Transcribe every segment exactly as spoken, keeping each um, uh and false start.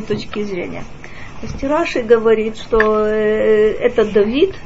точки зрения. То есть Раши говорит, что это Давид,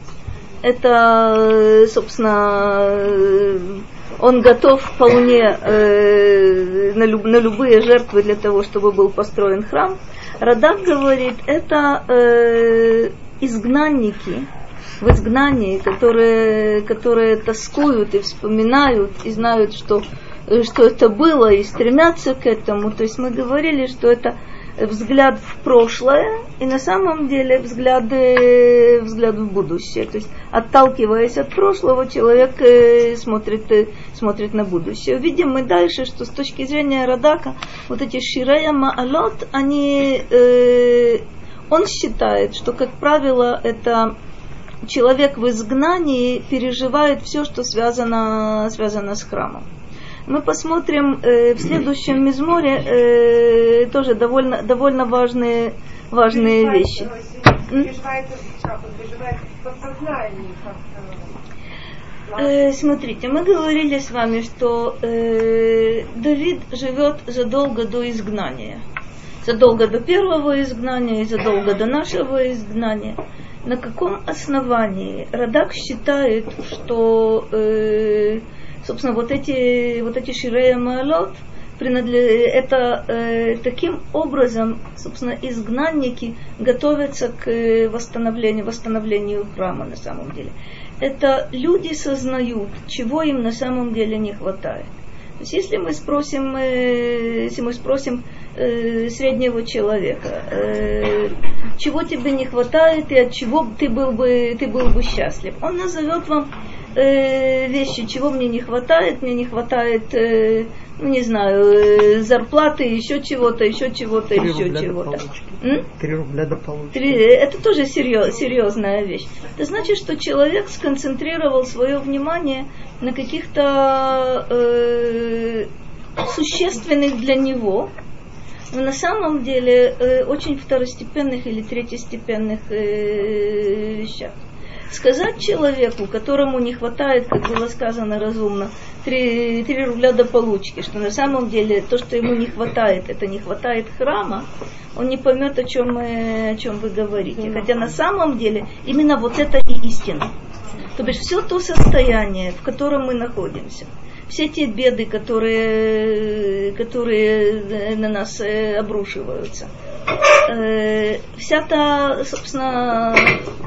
это, собственно, он готов вполне э, на, люб, на любые жертвы для того, чтобы был построен храм. Радак говорит, это э, изгнанники в изгнании, которые, которые тоскуют и вспоминают, и знают, что, что это было, и стремятся к этому. То есть мы говорили, что это взгляд в прошлое и на самом деле взгляд, взгляд в будущее. То есть, отталкиваясь от прошлого, человек смотрит, смотрит на будущее. Увидим мы дальше, что с точки зрения Радака, вот эти ширея маалот, они, э, он считает, что, как правило, это человек в изгнании переживает все, что связано, связано с храмом. Мы посмотрим э, в следующем мизморе э, тоже довольно, довольно важные, важные вещи. Э, смотрите, мы говорили с вами, что э, Давид живет задолго до изгнания. Задолго до первого изгнания и задолго до нашего изгнания. На каком основании Радак считает, что... Э, собственно, вот эти, вот эти ширея маалот, это э, таким образом, собственно, изгнанники готовятся к восстановлению, восстановлению храма на самом деле. Это люди сознают, чего им на самом деле не хватает. То есть, если мы спросим, э, если мы спросим э, среднего человека, э, чего тебе не хватает и от чего ты был бы, ты был бы счастлив, он назовет вам вещи, чего мне не хватает, мне не хватает, э, ну не знаю, э, зарплаты, еще чего-то, еще чего-то, еще чего-то. Три рубля до получки. Это тоже серьез, серьезная вещь. Это значит, что человек сконцентрировал свое внимание на каких-то э, существенных для него, но на самом деле э, очень второстепенных или третьестепенных э, вещах. Сказать человеку, которому не хватает, как было сказано разумно, три рубля до получки, что на самом деле то, что ему не хватает, это не хватает храма, он не поймет, о чем, мы, о чем вы говорите. Хотя на самом деле именно вот это и истина. То есть все то состояние, в котором мы находимся, все те беды, которые, которые на нас обрушиваются, вся та, собственно...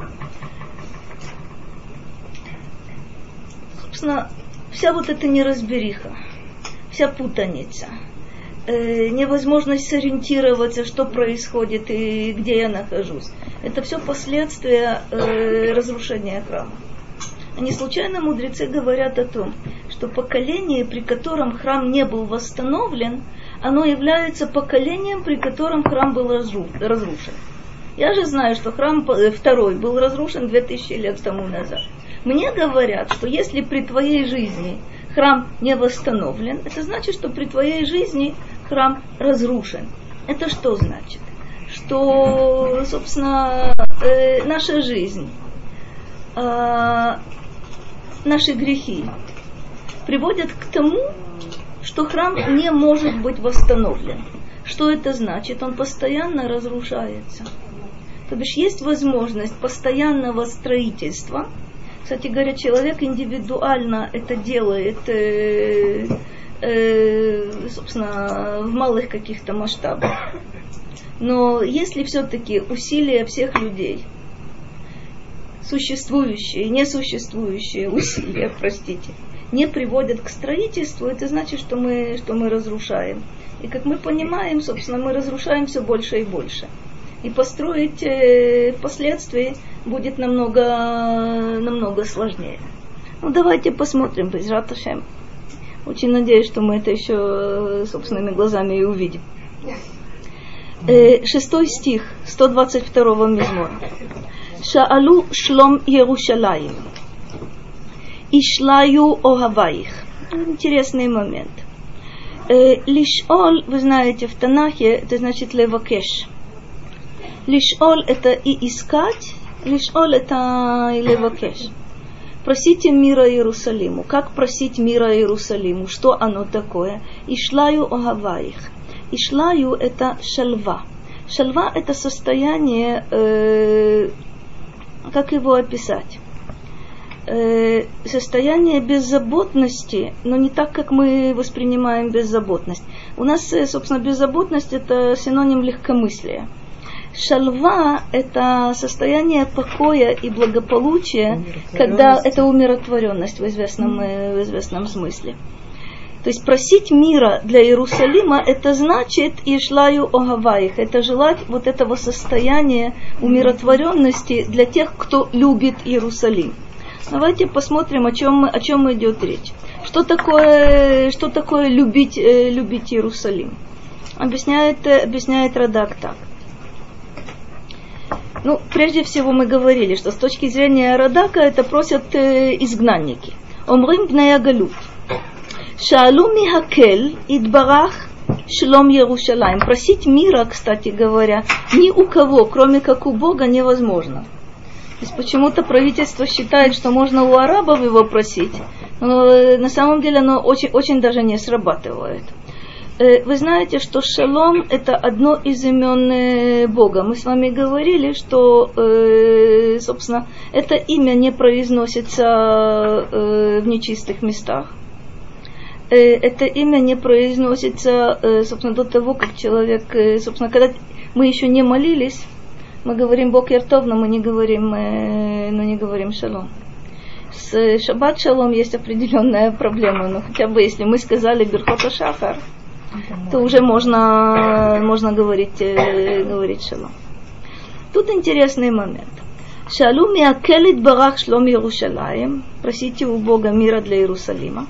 Вся вот эта неразбериха, вся путаница, э, невозможность сориентироваться, что происходит и где я нахожусь, это все последствия э, разрушения храма. А не случайно мудрецы говорят о том, что поколение, при котором храм не был восстановлен, оно является поколением, при котором храм был разрушен. Я же знаю, что храм второй был разрушен две тысячи лет тому назад. Мне говорят, что если при твоей жизни храм не восстановлен, это значит, что при твоей жизни храм разрушен. Это что значит? Что, собственно, э, наша жизнь, э, наши грехи приводят к тому, что храм не может быть восстановлен. Что это значит? Он постоянно разрушается. То бишь есть возможность постоянного строительства. Кстати говоря, человек индивидуально это делает, э, э, собственно, в малых каких-то масштабах. Но если все-таки усилия всех людей, существующие и несуществующие усилия, простите, не приводят к строительству, это значит, что мы, что мы разрушаем. И как мы понимаем, собственно, мы разрушаем все больше и больше. И построить э, впоследствии будет намного, намного сложнее. Ну, давайте посмотрим, Безрат Ашем. Очень надеюсь, что мы это еще собственными глазами и увидим. Э, шестой стих сто двадцать второго мизмора. Шаалу шлом Иерушалаим. Ишлаю охаваих. Интересный момент. Э, лишол, вы знаете, в Танахе, это значит левакеш. Лишол это и искать, лишол это и левакеш. Просите мира Иерусалиму. Как просить мира Иерусалиму? Что оно такое? Ишлаю охаваих. Ишлаю это шалва. Шалва – это состояние, э, как его описать? Э, состояние беззаботности, но не так, как мы воспринимаем беззаботность. У нас, собственно, беззаботность – это синоним легкомыслия. Шалва – это состояние покоя и благополучия, когда это умиротворенность в известном, в известном смысле. То есть просить мира для Иерусалима – это значит «Ишлаю огаваих», это желать вот этого состояния умиротворенности для тех, кто любит Иерусалим. Давайте посмотрим, о чем, о чем идет речь. Что такое, что такое любить, любить Иерусалим? Объясняет, объясняет Радак так. Ну, прежде всего мы говорили, что с точки зрения Радака это просят э, изгнанники. Омрим бней галут. Шаалу михакель идбарах шлом Иерушалаим. Просить мира, кстати говоря, ни у кого, кроме как у Бога, невозможно. То есть почему-то правительство считает, что можно у арабов его просить, но на самом деле оно очень, очень даже не срабатывает. Вы знаете, что шалом – это одно из имен Бога. Мы с вами говорили, что, собственно, это имя не произносится в нечистых местах. Это имя не произносится, собственно, до того, как человек, собственно, когда мы еще не молились, мы говорим Бокер Тов, но мы не говорим, но не говорим шалом. С Шаббат шалом есть определенная проблема, но хотя бы если мы сказали Берхот ха-Шахар, то уже можно, можно говорить, говорить шалом. Тут интересный момент. Шалу миакелит барах шлом Иерушалаим. Просите у Бога мира для Иерусалима.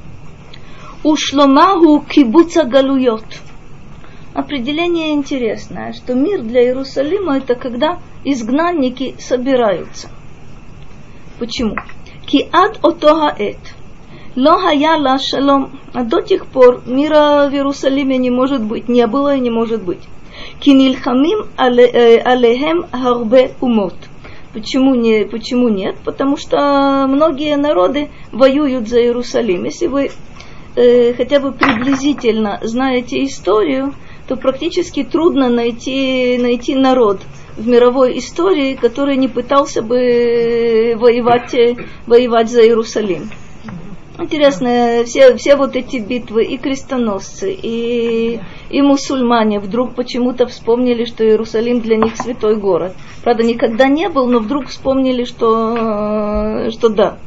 Ушломаху кибуца галуйот. Определение интересное, что мир для Иерусалима это когда изгнанники собираются. Почему? Ки ад отога эт. Ло хаяла шалом. А до тех пор мира в Иерусалиме не может быть, не было и не может быть. Ки нильхамим алехем харбе умот. Почему, не, почему нет? Потому что многие народы воюют за Иерусалим. Если вы э, хотя бы приблизительно знаете историю, то практически трудно найти, найти народ в мировой истории, который не пытался бы воевать, воевать за Иерусалим. Интересно, все, все вот эти битвы, и крестоносцы, и, и мусульмане вдруг почему-то вспомнили, что Иерусалим для них святой город. Правда, никогда не был, но вдруг вспомнили, что, что да.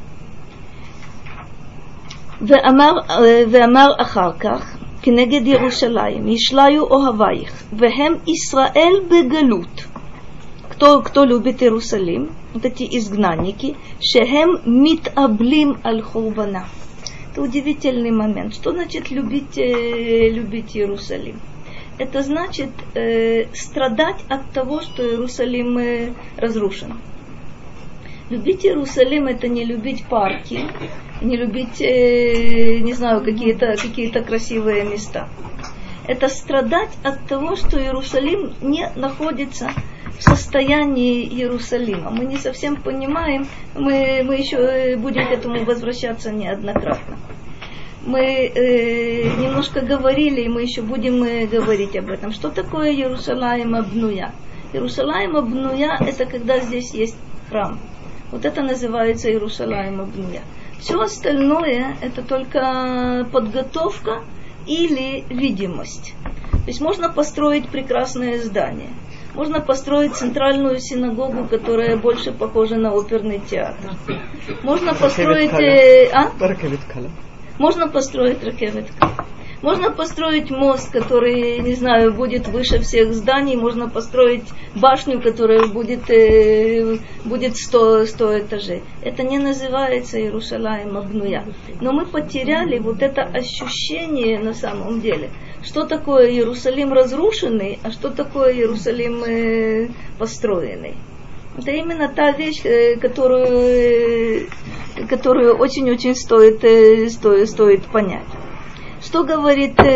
ואמר אחר כך, כנגד ירושלים, ישליו אוהבייך, והם ישראל בגלות. Кто, кто любит Иерусалим? Вот эти изгнанники. Шехем митаблим аль-хурбана. Это удивительный момент. Что значит любить, э, любить Иерусалим? Это значит э, страдать от того, что Иерусалим э, разрушен. Любить Иерусалим – это не любить парки, не любить, э, не знаю, какие-то, какие-то красивые места. Это страдать от того, что Иерусалим не находится в состоянии Иерусалима. Мы не совсем понимаем, мы, мы еще будем к этому возвращаться неоднократно. Мы э, немножко говорили, и мы еще будем э, говорить об этом. Что такое Иерусалим абнуя? Иерусалим абнуя – это когда здесь есть храм. Вот это называется Иерусалим абнуя. Все остальное – это только подготовка или видимость. То есть можно построить прекрасное здание. Можно построить центральную синагогу, которая больше похожа на оперный театр. Можно построить... Э, а? Можно построить ракевет. Можно построить мост, который, не знаю, будет выше всех зданий. Можно построить башню, которая будет, э, будет сто, сто этажей. Это не называется Иерусалим абнуя. Но мы потеряли вот это ощущение на самом деле. Что такое Иерусалим разрушенный, а что такое Иерусалим э, построенный. Это именно та вещь, э, которую, э, которую очень-очень стоит, э, стоит, стоит понять. Что говорит э,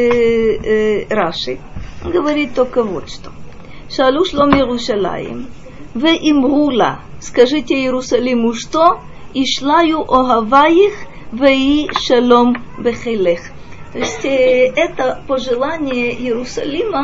э, Раши? Он говорит только вот что. Шалу шлом Иерушалаим, ве имрула, скажите Иерусалиму что? Ишлаю огаваих, ве шалом бехелех. То есть э, это пожелание Иерусалима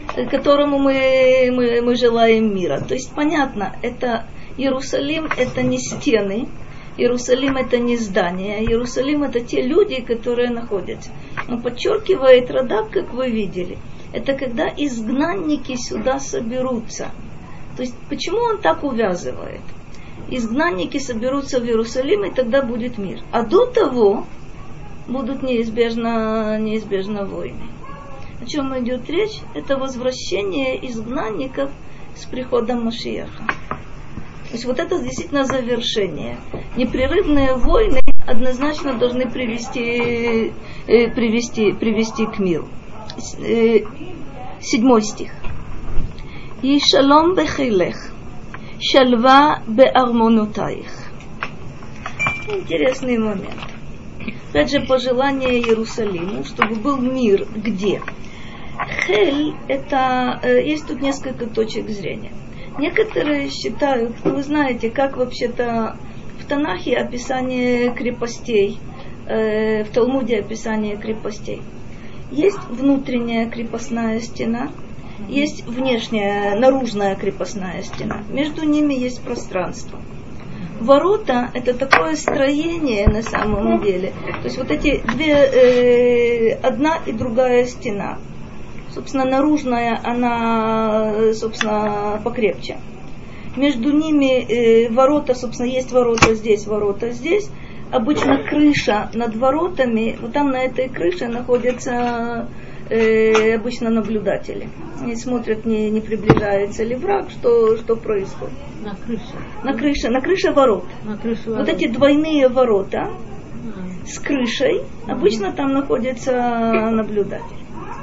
которому мы, мы, мы желаем мира. То есть понятно, это Иерусалим это не стены, Иерусалим это не здание, Иерусалим это те люди, которые находятся. Он подчеркивает Радак, как вы видели, это когда изгнанники сюда соберутся. То есть почему он так увязывает? Изгнанники соберутся в Иерусалим, и тогда будет мир. А до того будут неизбежно, неизбежно войны. О чем идет речь? Это возвращение изгнанников с приходом Машиаха. То есть вот это действительно завершение. Непрерывные войны однозначно должны привести, э, привести, привести к миру. Э, седьмой стих. И шалом бехилех, шальва беармонутаих. Интересный момент. Опять же, пожелание Иерусалиму, чтобы был мир где? Хель, это, э, есть тут несколько точек зрения. Некоторые считают, вы знаете, как вообще-то в Танахе описание крепостей, э, в Талмуде описание крепостей. Есть внутренняя крепостная стена, есть внешняя, наружная крепостная стена. Между ними есть пространство. Ворота – это такое строение на самом деле. То есть вот эти две, э, одна и другая стена. Собственно, наружная, она, собственно, покрепче. Между ними э, ворота, собственно, есть ворота здесь, ворота здесь. Обычно крыша над воротами, вот там на этой крыше находятся э, обычно наблюдатели. Они смотрят, не, не приближается ли враг, что, что происходит. На крыше? На крыше, на крыше ворот. На крыше ворот. Вот эти двойные ворота а. с крышей, обычно а. там находятся наблюдатели.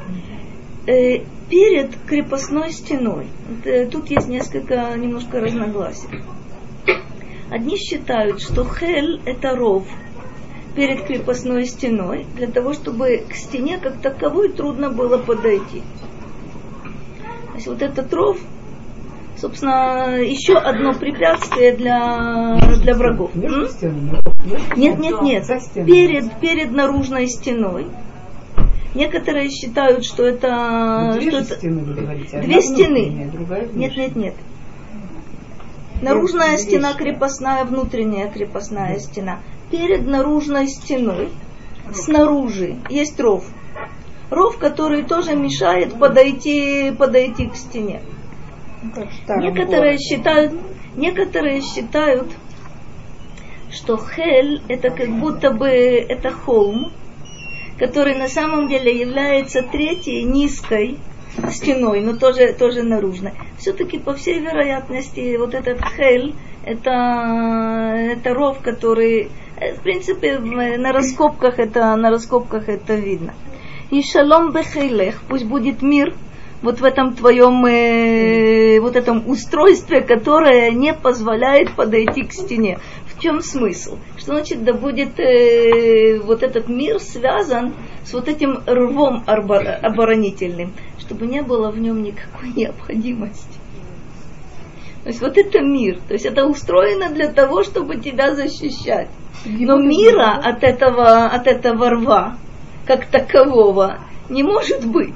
Перед крепостной стеной, тут есть несколько, немножко разногласий. Одни считают, что хель это ров перед крепостной стеной, для того, чтобы к стене как таковой трудно было подойти. То есть вот этот ров, собственно, еще одно препятствие для, для врагов. Нет, нет, нет, перед, перед наружной стеной. Некоторые считают, что это... Две что это стены, вы говорите. Две стены. Нет, нет, нет. Наружная стена крепостная, внутренняя крепостная стена. Перед наружной стеной, снаружи, есть ров. Ров, который тоже мешает подойти, подойти к стене. Некоторые считают, некоторые считают, что хель это как будто бы это холм, который на самом деле является третьей низкой стеной, но тоже, тоже наружной. Все-таки, по всей вероятности, вот этот хель, это, это ров, который, в принципе, на раскопках это, на раскопках это видно. И шалом бехейлех, пусть будет мир вот в этом твоем, э, вот этом устройстве, которое не позволяет подойти к стене. В чем смысл? Что значит, да будет э, вот этот мир связан с вот этим рвом оборонительным, чтобы не было в нем никакой необходимости. То есть вот это мир, то есть это устроено для того, чтобы тебя защищать. Но мира от этого, от этого рва, как такового, не может быть.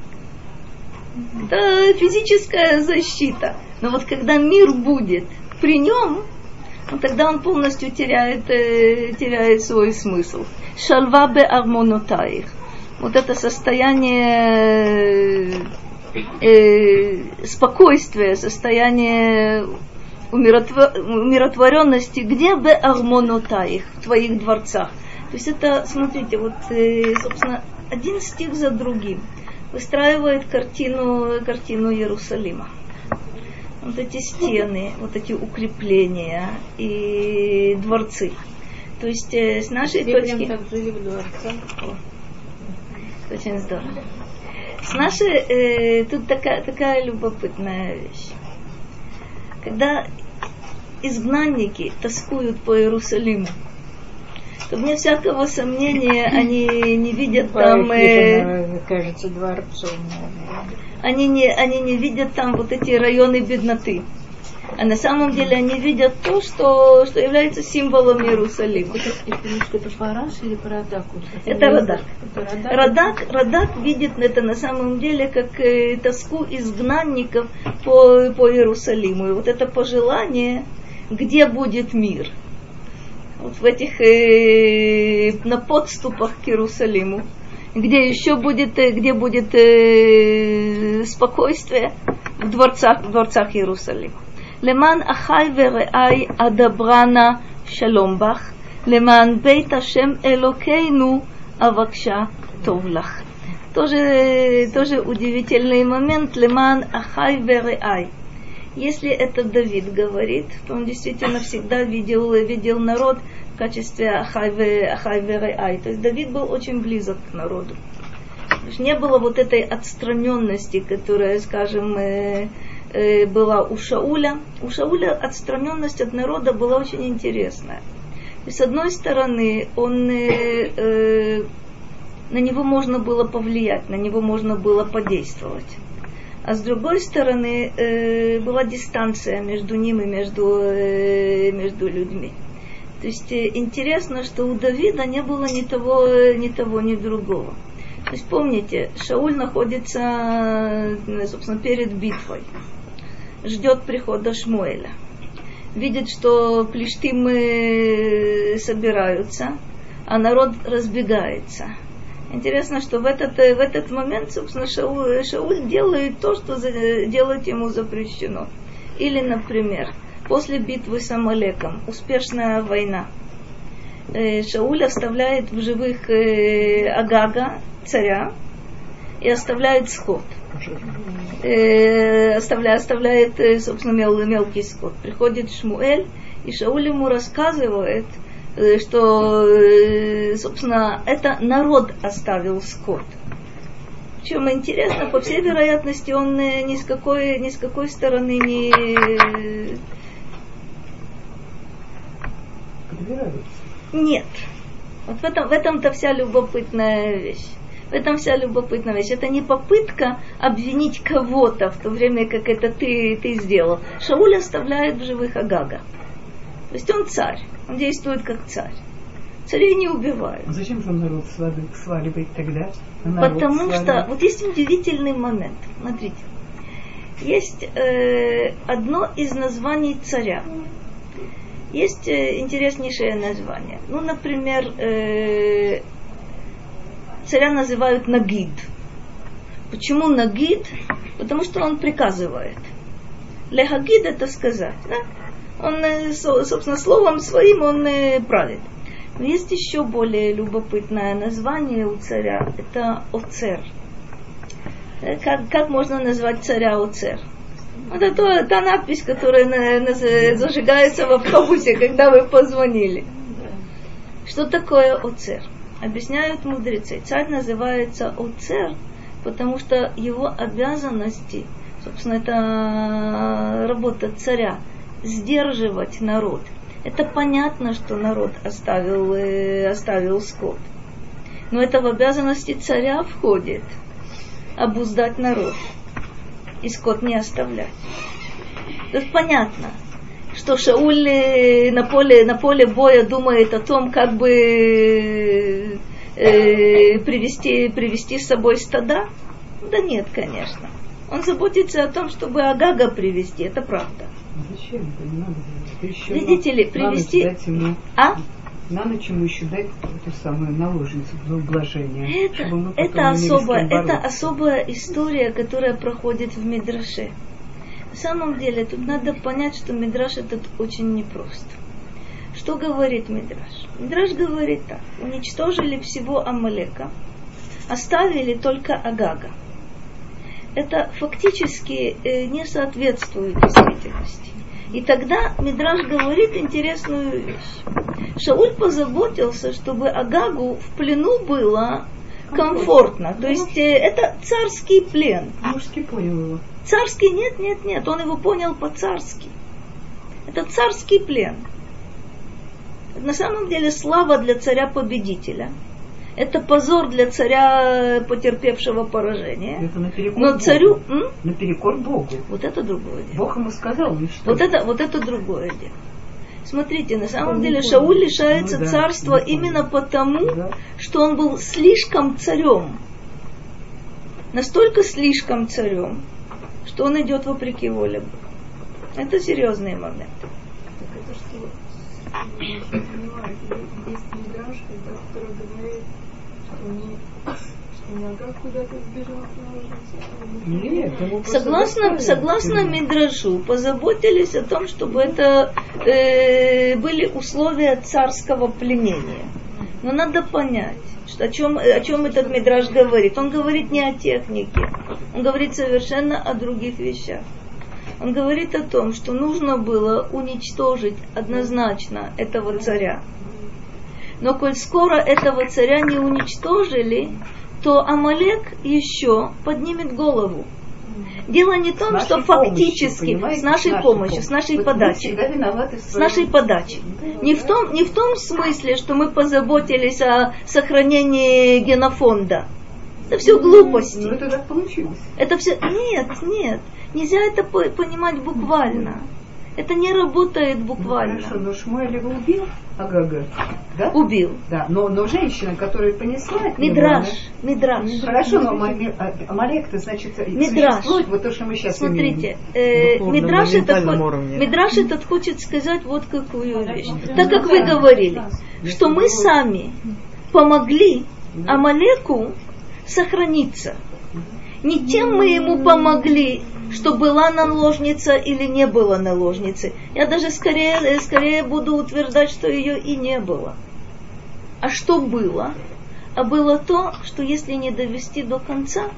Это физическая защита. Но вот когда мир будет при нем, ну, тогда он полностью теряет, э, теряет свой смысл. Шальва бе армонутаих. Вот это состояние э, спокойствия, состояние умиротвор- умиротворенности, где бе армонутаих, в твоих дворцах. То есть это, смотрите, вот, э, собственно, один стих за другим выстраивает картину, картину Иерусалима. Вот эти стены, вот эти укрепления и дворцы. То есть э, с нашей Все точки... так жили в дворце. Очень здорово. С нашей... Э, тут такая, такая любопытная вещь. Когда изгнанники тоскуют по Иерусалиму, то вне всякого сомнения они не видят там... Э, кажется, дворцом. они, не, они не видят там вот эти районы бедноты. А на самом деле они видят то, что, что является символом Иерусалима. Это, это Параш или Радак? Это Радак. Радак, Радак видит это на самом деле как э, тоску изгнанников по, по Иерусалиму. И вот это пожелание, где будет мир. Вот в этих, э, на подступах к Иерусалиму. Где еще будет, где будет э, спокойствие в дворцах, в дворцах Иерусалима. Леман ахай вереай адабрана шаломбах, леман бейт Ашем элокейну авакша товлах. Тоже, тоже удивительный момент. Леман ахай вереай. Если это Давид говорит, то он действительно всегда видел, видел народ в качестве ахай вереай. То есть Давид был очень близок к народу. Не было вот этой отстраненности, которая, скажем, э, э, была у Шауля. У Шауля отстраненность от народа была очень интересная. И с одной стороны, он, э, э, на него можно было повлиять, на него можно было подействовать. А с другой стороны, э, была дистанция между ним и между, э, между людьми. То есть э, интересно, что у Давида не было ни того, ни того, ни другого. То есть помните, Шауль находится, собственно, перед битвой, ждет прихода Шмуэля, видит, что плештимы собираются, а народ разбегается. Интересно, что в этот, в этот момент, собственно, Шауль, Шауль делает то, что делать ему запрещено. Или, например, после битвы с Амалеком, успешная война, Шауль оставляет в живых Агага, царя, и оставляет скот. Э, оставляет, оставляет, собственно, мел, мелкий скот. Приходит Шмуэль, и Шауль ему рассказывает, что, собственно, это народ оставил скот. Причем интересно, по всей вероятности, он ни с какой, ни с какой стороны не... Нет. Вот в этом, в этом-то вся любопытная вещь. В этом вся любопытная вещь. Это не попытка обвинить кого-то в то время, как это ты, ты сделал. Шауль оставляет в живых Агага. То есть он царь. Он действует как царь. Царей не убивают. А зачем же он народ сваливает тогда? Потому сваливает. Что вот есть удивительный момент. Смотрите. Есть э, одно из названий царя. Есть э, интереснейшее название. Ну, например, э, царя называют Нагид. Почему Нагид? Потому что он приказывает. Лехагид — это сказать. Да? Он, собственно, словом своим он правит. Но есть еще более любопытное название у царя. Это Оцер. Как, как можно назвать царя Оцер? Это то, та надпись, которая на, на, зажигается в автобусе, когда вы позвонили. Что такое Оцер? Объясняют мудрецы. Царь называется Оцер, потому что его обязанности, собственно, это работа царя, сдерживать народ. Это понятно, что народ оставил, э, оставил скот. Но это в обязанности царя входит обуздать народ и скот не оставлять. То есть понятно, что Шауль на поле, на поле боя думает о том, как бы э, привести, привести с собой стада. Да нет, конечно. Он заботится о том, чтобы Агага привести, это правда. Зачем это? Не надо. Еще видите ли, привести... Ему, а? На ночь ему еще дать эту самую наложницу в ублажение. Это, это, особая, это особая история, которая проходит в Мидраше. На самом деле, тут надо понять, что Мидраш этот очень непрост. Что говорит Мидраш? Мидраш говорит так. Уничтожили всего Амалека, оставили только Агага. Это фактически э, не соответствует действительности. И тогда Мидраш говорит интересную вещь. Шауль позаботился, чтобы Агагу в плену было комфортно. То есть э, это царский плен. Мужский понял его. Царский? Нет, нет, нет. Он его понял по-царски. Это царский плен. На самом деле слава для царя-победителя. Это позор для царя, потерпевшего поражение. Это наперекор Но Богу. царю... М? Наперекор Богу. Вот это другое дело. Бог ему сказал, ну что? Вот это, вот это другое дело. Смотрите, на самом Он деле не Шауль понял. лишается Ну, да, царства не именно понял. потому, Да. что он был слишком царем. Настолько слишком царем, что он идет вопреки воле Бога. Это серьезный момент. Так это что, я не понимаю, есть мидраш, который говорит, что не, что не Агаг куда-то сбежал от наложницы. Нет, ему просто Согласно, доставили. согласно Мидрашу, позаботились о том, чтобы это э, были условия царского пленения. Но надо понять, что о, чем, о чем этот Мидраш говорит. Он говорит не о технике, он говорит совершенно о других вещах. Он говорит о том, что нужно было уничтожить однозначно этого царя. Но коль скоро этого царя не уничтожили, то Амалек еще поднимет голову. Дело не в том, что фактически помощью, с нашей нашей помощью, с нашей вот подачей, с нашей подачей. Не в том, не в том смысле, что мы позаботились о сохранении генофонда. Это все глупости. Ну, это так получилось. Это все... Нет, нет. Нельзя это по- понимать буквально. Это не работает буквально. Ну, хорошо, но Шмуэль его убил, Агага, да? Убил. Да, но, но женщина, которая понесла от него, Мидраш. она- Мидраш. Хорошо, но Ама- а- Амалек-то, значит, Мидраш. существует, вот то, что мы сейчас Смотрите, имеем. э, Духовном, Мидраш, этот, ментальном хо- уровне. Мидраш этот хочет сказать вот какую вещь. Да. Так как вы говорили, что мы сами помогли Амалеку сохраниться. Не тем мы ему помогли, что была наложница или не была наложницей. Я даже скорее, скорее буду утверждать, что ее и не было. А что было? А было то, что если не довести до конца,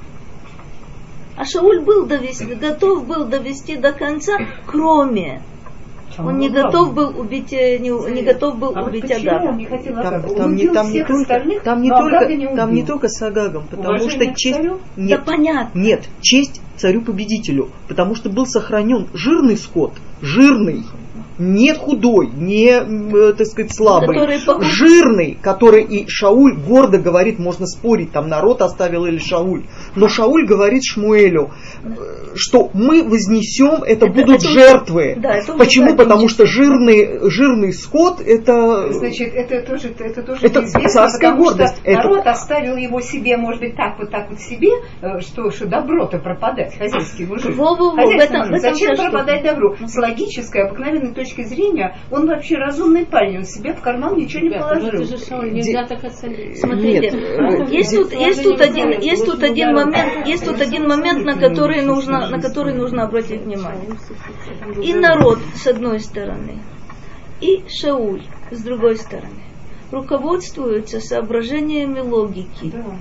а Шауль был довести, готов был довести до конца, кроме, он не готов был убить, не, не готов был А вот убить почему Агага. он не хотел Там, Агага? Он там, не, убил там, не всех только, остальных, там, не но Агага только, не там не убил. только с Агагом, потому Уважение что к честь... царю? Нет, Да понятно. нет, честь царю-победителю, потому что был сохранен жирный скот, жирный, не худой, не, э, так сказать, слабый, Который покуп- жирный, который и Шауль гордо говорит, можно спорить, там народ оставил или Шауль, но Шауль говорит Шмуэлю, э, что мы вознесем, это, Это- будут это уже- жертвы. да, это уже Почему? Потому что трагически. жирный, жирный скот это... Значит, это тоже, это тоже Это неизвестно, царская потому гордость. что Это- народ оставил его себе, может быть, так вот так вот себе, э, что, что добро-то пропадать, хозяйский мужик. Во-во-во, Хозяйский в этом- мужик. в этом Зачем вся пропадать штука. добру? С логической, обыкновенной точки зрения, он вообще разумный парень, он себе в карман ничего не Ребята, ну положил. это же Шауль, нельзя так оценить. Смотрите, Нет, э, есть тут, есть тут один, есть тут один момент, есть тут один момент, на который нужно, на который нужно обратить внимание. И народ с одной стороны, и Шауль с другой стороны руководствуются соображениями логики. Да.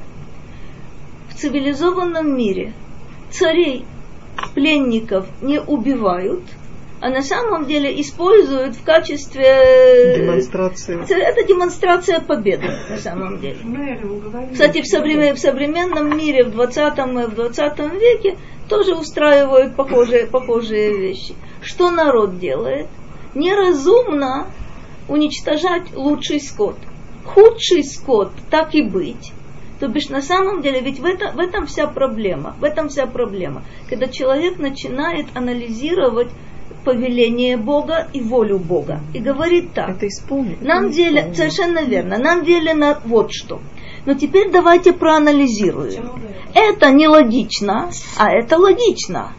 В цивилизованном мире царей, пленников не убивают, а на самом деле используют в качестве... Демонстрация. Это демонстрация победы на самом деле. Шмуэль ему говорил, Кстати, в, современ- в современном мире в двадцатом, в двадцатом веке тоже устраивают похожие, похожие вещи. Что народ делает? Неразумно уничтожать лучший скот. Худший скот, так и быть. То бишь, на самом деле, ведь в, это, в этом вся проблема. В этом вся проблема. Когда человек начинает анализировать повеление Бога и волю Бога. И говорит так. Это исполнено. Нам велено, совершенно верно, нам велено вот что. Но теперь давайте проанализируем. Это нелогично, а это логично.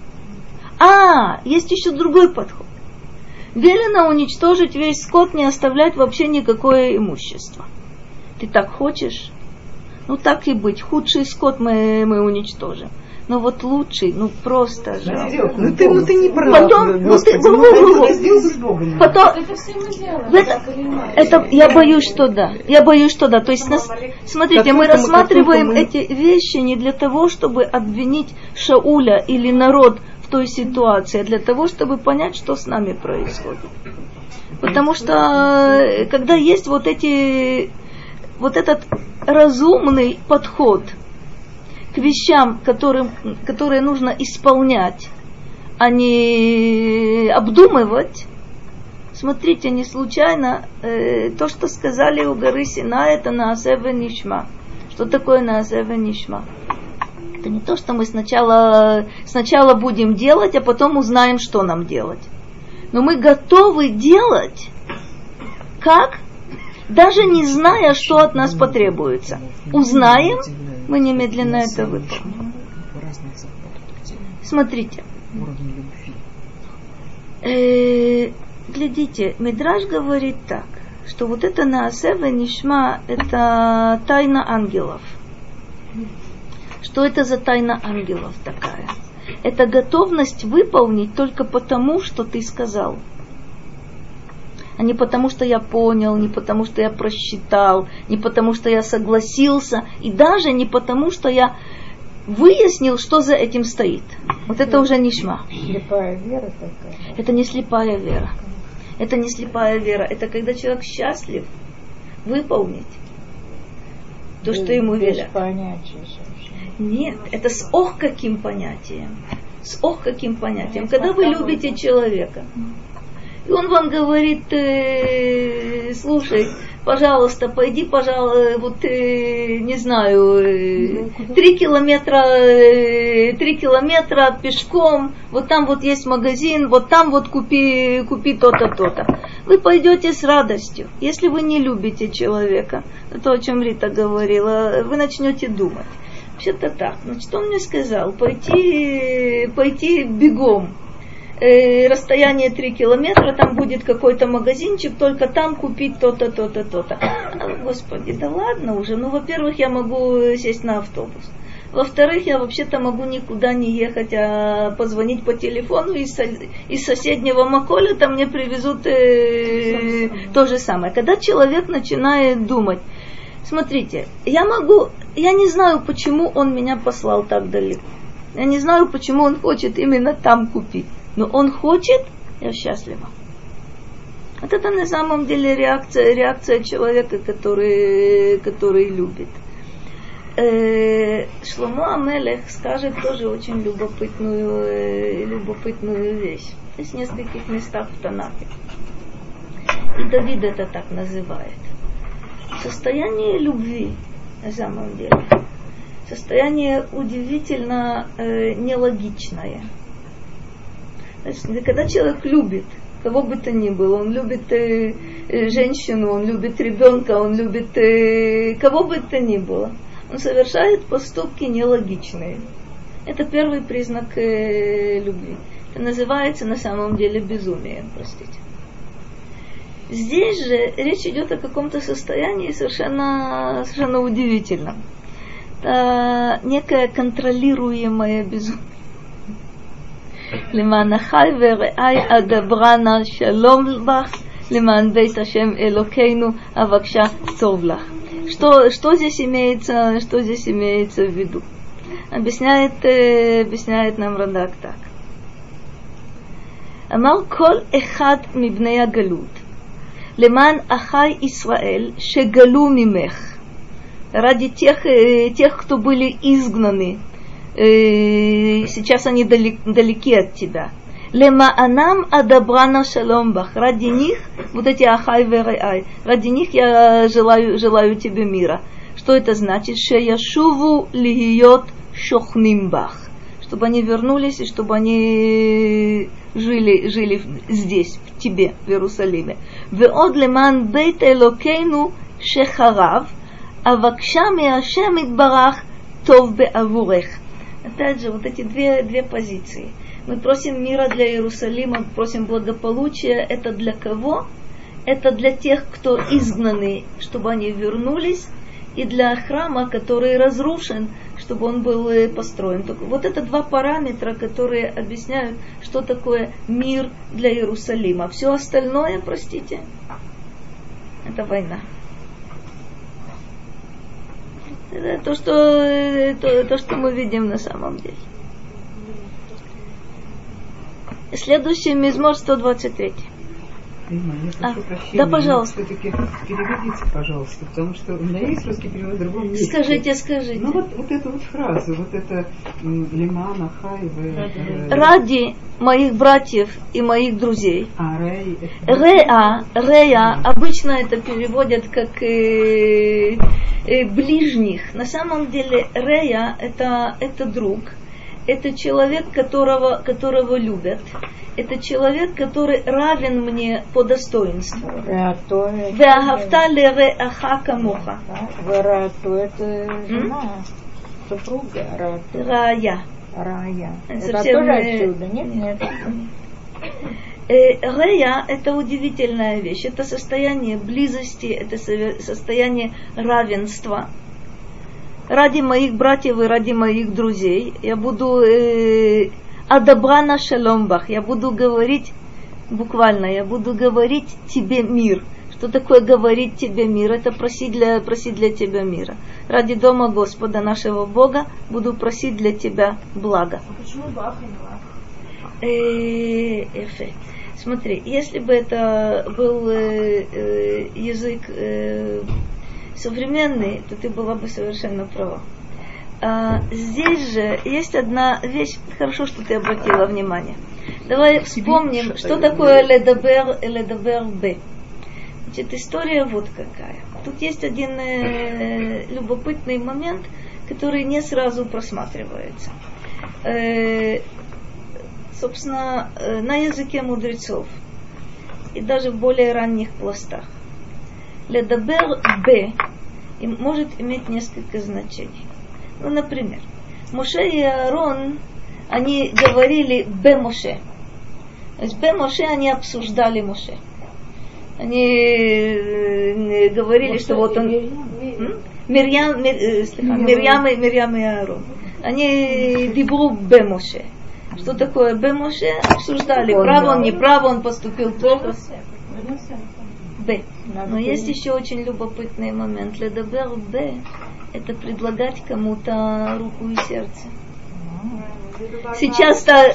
А, есть еще другой подход. Велено уничтожить весь скот, не оставлять вообще никакое имущество. Ты так хочешь? Ну так и быть, худший скот мы, мы уничтожим. Но вот лучший, ну просто жалко. Ну ты, ну ты не прав. Потом, ну ты, Господи, ну, ну, ну, Раздел с Богом. потом, Это все мы делаем. это, так или иначе. это, я боюсь, что да. Я боюсь, что да. То есть, нас, смотрите, Как мы только мы- рассматриваем как только мы- эти вещи не для того, чтобы обвинить Шауля или народ в той ситуации, а для того, чтобы понять, что с нами происходит. Потому что, э, когда есть вот эти, вот этот разумный подход к вещам, которым, которые нужно исполнять, а не обдумывать. Смотрите, не случайно э, то, что сказали у горы Синай, это наасе венишма. Что такое наасе венишма? Это не то, что мы сначала, сначала будем делать, а потом узнаем, что нам делать. Но мы готовы делать, как, даже не зная, что от нас потребуется. Узнаем, мы немедленно это выполним. Смотрите. Э, глядите, Мидраш говорит так, что вот это наасе венишма, это тайна ангелов. Что это за тайна ангелов такая? Это готовность выполнить только потому, что ты сказал. А не потому, что я понял, не потому, что я просчитал, не потому, что я согласился, и даже не потому, что я выяснил, что за этим стоит. Вот это уже нишма. Слепая вера такая. Это не слепая вера. Это не слепая вера. Это когда человек счастлив выполнить то, что ему велят. Нет, это с ох каким понятием. С ох каким понятием. Когда вы любите человека, и он вам говорит, э, слушай, пожалуйста, пойди, пожалуйста, вот, э, не знаю, э, три километра, э, три километра пешком, вот там вот есть магазин, вот там вот купи, купи то-то, то-то. Вы пойдете с радостью. Если вы не любите человека, то, о чем Рита говорила, вы начнете думать. Вообще-то так. Значит, он мне сказал, пойти, пойти бегом. Э, расстояние три километра, там будет какой-то магазинчик, только там купить то-то, то-то, то-то. А, Господи, да ладно уже. Ну, во-первых, я могу сесть на автобус. Во-вторых, я вообще-то могу никуда не ехать, а позвонить по телефону, и из, из соседнего Маколета мне привезут э, то же самое. Когда человек начинает думать, смотрите, я могу, я не знаю, почему он меня послал так далеко. Я не знаю, почему он хочет именно там купить. Но он хочет, я счастлива. Вот это на самом деле реакция, реакция человека, который, который любит. Э, Шломо Амелех скажет тоже очень любопытную, э, любопытную вещь. Есть в нескольких местах в Танахе. И Давид это так называет. Состояние любви, на самом деле, состояние удивительно э, нелогичное. Значит, когда человек любит, кого бы то ни было, он любит э, э, женщину, он любит ребенка, он любит э, кого бы то ни было, он совершает поступки нелогичные. Это первый признак э, любви. Это называется на самом деле безумием, простите. Здесь же речь идет о каком-то состоянии совершенно, совершенно удивительном. Это некое контролируемое безумие. למען החי ורעי אדברה נא שלום לך, למען בית השם אלוקינו אבקשה טוב לך. Что, что здесь имеется, что здесь имеется в виду? Объясняет, э, объясняет нам Радак так. אמר כל אחד מבני הגלות, למען אחי ישראל שגלו ממך, ради тех, э, тех, кто были изгнаны, сейчас они далеки от тебя. Лемаанам адабрана шалом бах. Ради них, вот эти ахай верай, ради них я желаю, желаю тебе мира. Что это значит? Шеяшуву лихиот шохним бах. Чтобы они вернулись и чтобы они жили, жили здесь, в тебе, в Иерусалиме. Веод леман бейт элокейну шехарав, авакша миашем идбарах тов беавурех. Опять же, вот эти две, две позиции. Мы просим мира для Иерусалима, просим благополучия. Это для кого? Это для тех, кто изгнаны, чтобы они вернулись, и для храма, который разрушен, чтобы он был построен. Вот это два параметра, которые объясняют, что такое мир для Иерусалима. Все остальное, простите, это война. Это то, что, то, то, что мы видим на самом деле. Следующий мизмор сто двадцать три. Рима, я прошу А, прощения, да, пожалуйста. все-таки переведите, пожалуйста, потому что у меня есть русский перевод в другом месте. Скажите, скажите. Ну вот, вот эту вот фразу, вот это лимана, хайве. Ради моих братьев и моих друзей. А, рей. Реа, рея, обычно это переводят как э, э, ближних. На самом деле рея это, это друг. Это человек, которого, которого любят. Это человек, который равен мне по достоинству. Веахавта лереаха камоха. Варату это жена, супруга. Рату. Рая. Рая. Это Совсем тоже не- отсюда? Нет, нет. Э, Рея – это удивительная вещь. Это состояние близости, это со- состояние равенства. Ради моих братьев и ради моих друзей я буду э, адабрана шаломбах. Я буду говорить, буквально, я буду говорить тебе мир. Что такое говорить тебе мир? Это просить для, просить для тебя мира. Ради дома Господа нашего Бога буду просить для тебя блага. А почему бах и не лах? Э, эфе. Смотри, если бы это был э, э, язык э, современный, то ты была бы совершенно права. А, здесь же есть одна вещь, хорошо, что ты обратила внимание. Давай вспомним, что такое ледабер и ледабер б. Значит, история вот какая. Тут есть один э, любопытный момент, который не сразу просматривается. Э, собственно, э, на языке мудрецов и даже в более ранних пластах ледабер б может иметь несколько значений. Ну, например, Моше и Аарон, они говорили бе Моше. То есть бе Моше они обсуждали Моше. Они э, говорили, Моше что вот он... Мирьям. Мирьям, Мир, э, слегка, Мирьям, и, Мирьям и Аарон. Они дибру бе Моше. Что такое бе Моше? Обсуждали, прав он, не прав он, поступил плохо. Б. Но есть еще очень любопытный момент. Ледабер Б – это предлагать кому-то руку и сердце. Сейчас-то,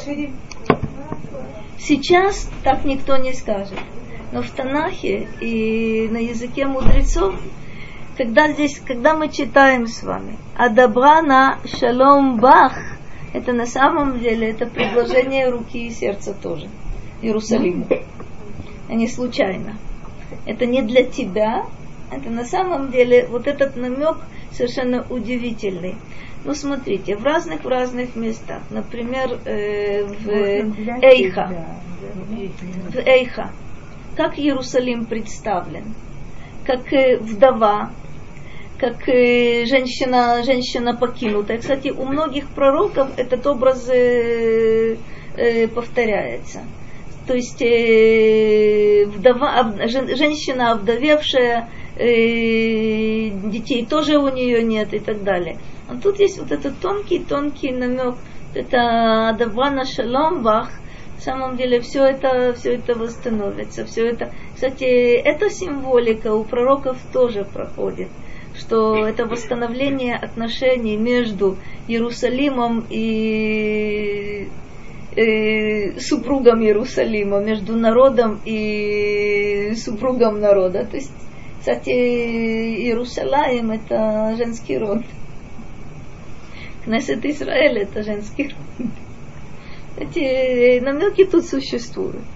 сейчас так никто не скажет. Но в Танахе и на языке мудрецов, когда здесь, когда мы читаем с вами Адабрана Шалом Бах, это на самом деле это предложение руки и сердца тоже Иерусалиму. А не случайно. Это не для тебя, это на самом деле вот этот намек совершенно удивительный. Ну, смотрите, в разных в разных местах, например, э, в Эйха, в Эйха, как Иерусалим представлен, как э, вдова, как э, женщина, женщина покинутая. Кстати, у многих пророков этот образ э, э, повторяется. То есть э, вдова, жен, женщина овдовевшая, э, детей тоже у нее нет и так далее. А тут есть вот этот тонкий-тонкий намек, это Адабрана Шалом Бах. На самом деле все это, все это восстановится. Все это, кстати, эта символика у пророков тоже проходит, что это восстановление отношений между Иерусалимом и супругом Иерусалима, между народом и супругом народа. То есть, кстати, Иерусалим – это женский род. Кнессет Исраэль – это женский род. Эти намеки тут существуют.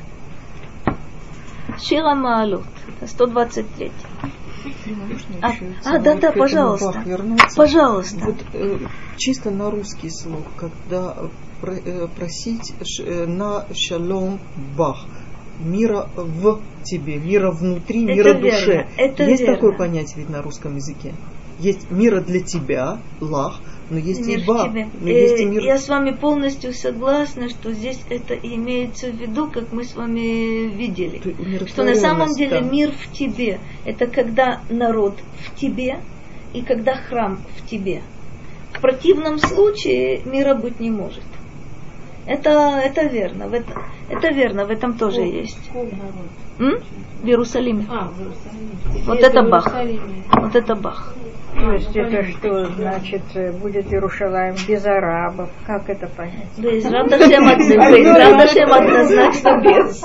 Шира Маалот, сто двадцать три. А, а да, да, пожалуйста. Пожалуйста. Вот э, чисто на русский слог, когда про, э, просить ш, э, на шалом бах, мира в тебе, мира внутри, это мира в верно, душе. это есть верно. такое понятие ведь на русском языке. Есть мира для тебя, лах, но есть Мир и бах. тебе. Но есть и Э, мир... Я с вами полностью согласна, что здесь это имеется в виду, как мы с вами видели. Что на самом деле да. мир в тебе. Это когда народ в тебе и когда храм в тебе. В противном случае мира быть не может. Это, это верно. В это, это верно, в этом тоже есть. М? В Иерусалиме. А, в Иерусалиме. Вот это Бах. Вот это Бах. То есть это что значит, будет Иерушалаим без арабов? Как это понять? Безрат Ашем однозначно без.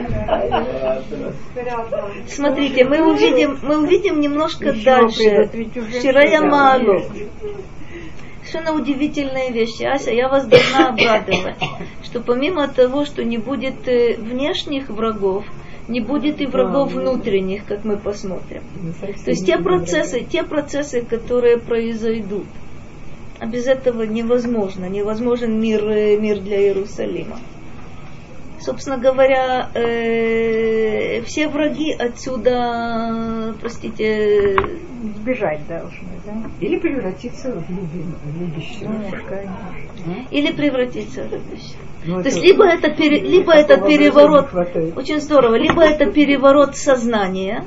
Смотрите, мы увидим, мы увидим немножко Еще дальше. уже Ширая сюда. Маалот. Совершенно удивительные вещи. Ася, я вас должна обрадовать, что помимо того, что не будет э, внешних врагов, не будет и врагов внутренних, как мы посмотрим. То есть те процессы, те процессы, которые произойдут, а без этого невозможно, невозможен мир, мир для Иерусалима. Собственно говоря, э, все враги отсюда, простите, Сбежать должны, да? Или превратиться в, любим, в любящего. Ну, конечно. или превратиться в любящего. Ну, То есть либо это, пере, либо это такого переворот, не хватает. очень здорово, либо это переворот сознания,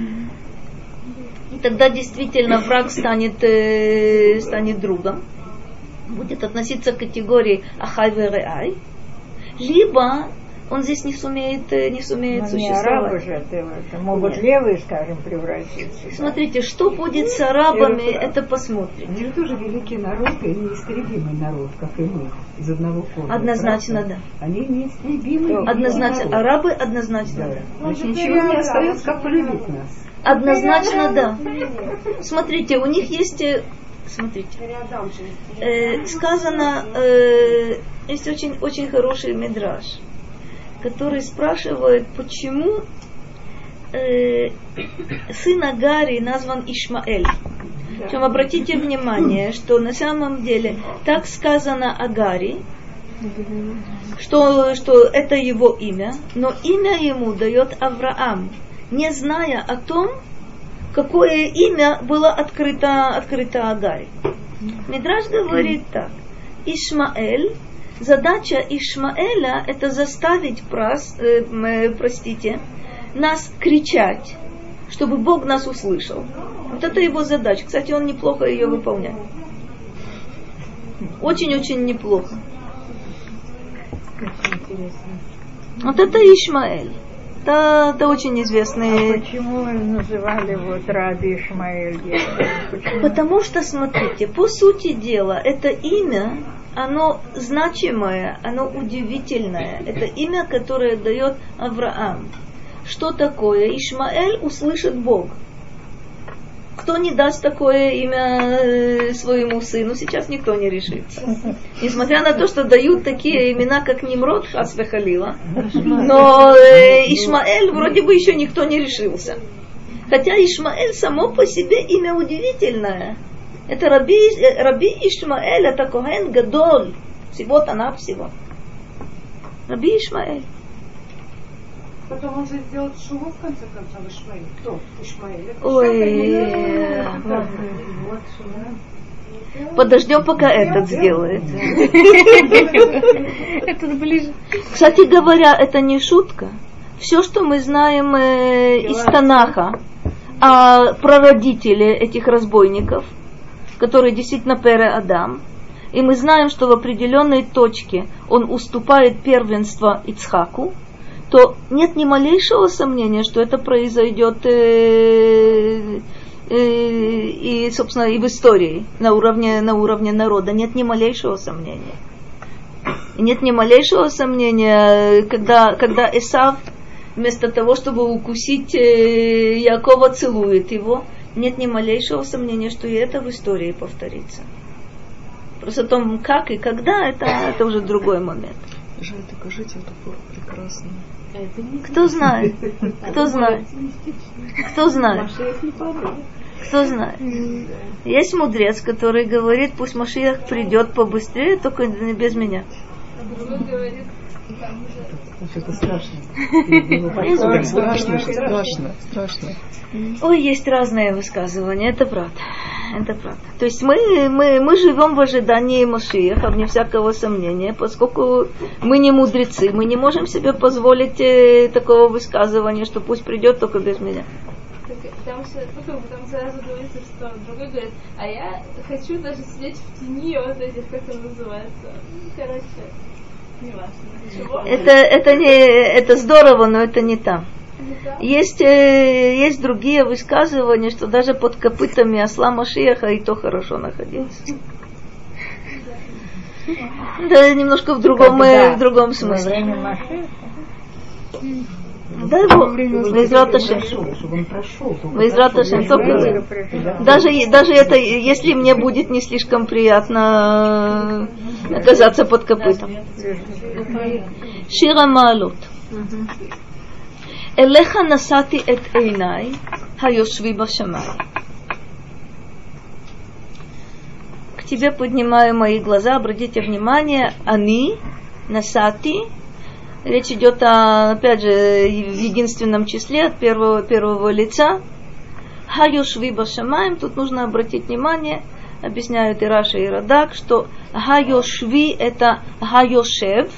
и тогда действительно враг станет, э, станет другом, будет относиться к категории ахай вереай, либо он здесь не сумеет, э, не сумеет Ну, не арабы существовать. же, это, это могут Нет. левые, скажем, превратиться. Смотрите, что будет с арабами, Иерусалим. это посмотрим. Они же тоже великий народ и неистребимый народ, как и мы, из одного корня. Однозначно, правда? да. Они неистребимый великий Однозначно, народ. арабы однозначно, Да. да. Значит, ничего не остается, как полюбить нас. Однозначно, да. Смотрите, у них есть, э, смотрите, э, сказано, э, есть очень, очень хороший мидраш, который спрашивает, почему э, сын Агари назван Ишмаэль. Причем обратите внимание, что на самом деле так сказано Агари, что, что это его имя, но имя ему дает Авраам, не зная о том, какое имя было открыто, открыто Агари. Мидраш говорит так: Ишмаэль, задача Ишмаэля это заставить прос, э, э, простите, нас кричать, чтобы Бог нас услышал. Вот это его задача. Кстати, он неплохо ее выполняет. Очень-очень неплохо. Вот это Ишмаэль. Это, это очень известный. А почему называли вот Раби Ишмаэль? Почему? Потому что, смотрите, по сути дела, это имя, оно значимое, оно удивительное. Это имя, которое дает Авраам. Что такое? Ишмаэль услышит Бог. Кто не даст такое имя своему сыну, сейчас никто не решится. Несмотря на то, что дают такие имена, как Нимрод, хас вехалила, но Ишмаэль вроде бы еще никто не решился. Хотя Ишмаэль само по себе имя удивительное. Это Раби, Раби Ишмаэль, это Коэн Гадоль, всего-то навсего. Раби Ишмаэль. Потом он же сделал шуву, в конце концов, Ишмаэль. Кто? Ишмаэль. Ой, подождем, пока этот сделает. Этот ближе. Кстати говоря, это не шутка. Все, что мы знаем э, из Танаха о прародителе этих разбойников, который действительно Пере Адам, и мы знаем, что в определенной точке он уступает первенство Ицхаку, то нет ни малейшего сомнения, что это произойдет э, э, и, собственно, и в истории на уровне, на уровне народа. Нет ни малейшего сомнения. И нет ни малейшего сомнения, когда, когда Эсав вместо того, чтобы укусить э, Якова, целует его, нет ни малейшего сомнения, что и это в истории повторится. Просто о том, как и когда, это, это уже другой момент. Жаль, докажите эту пору прекрасно. Кто знает? Кто знает? Кто знает? Кто знает? Есть мудрец, который говорит, пусть Машиах придет побыстрее, только не без меня. Это страшно. Страшно, страшно, страшно. Ой, есть разные высказывания, это правда. Это правда. То есть мы, мы, мы живем в ожидании Машиаха, вне всякого сомнения, поскольку мы не мудрецы, мы не можем себе позволить э, такого высказывания, что пусть придет только без меня. Там, потом, там сразу говорится, что другой говорит, а я хочу даже сидеть в тени вот этих, как это называется. Короче. Это, это, не, это здорово, но это не там. Есть, есть другие высказывания, что даже под копытами осла Машиаха и то хорошо находиться. Да, немножко в другом, в другом смысле. Дай Бог, Вейзрат Ашем. Вейзрат Ашем, только даже, даже это, если мне будет не слишком приятно оказаться под копытом. Шира Маалот. Элеха насати эт эйнай, хайошви башамай. К тебе поднимаю мои глаза, обратите внимание, они, насати. Речь идет, о, опять же, в единственном числе от первого, первого лица. Хайошви башамаем. Тут нужно обратить внимание, объясняют и Раша, и Радак, что хайошви это хайошев.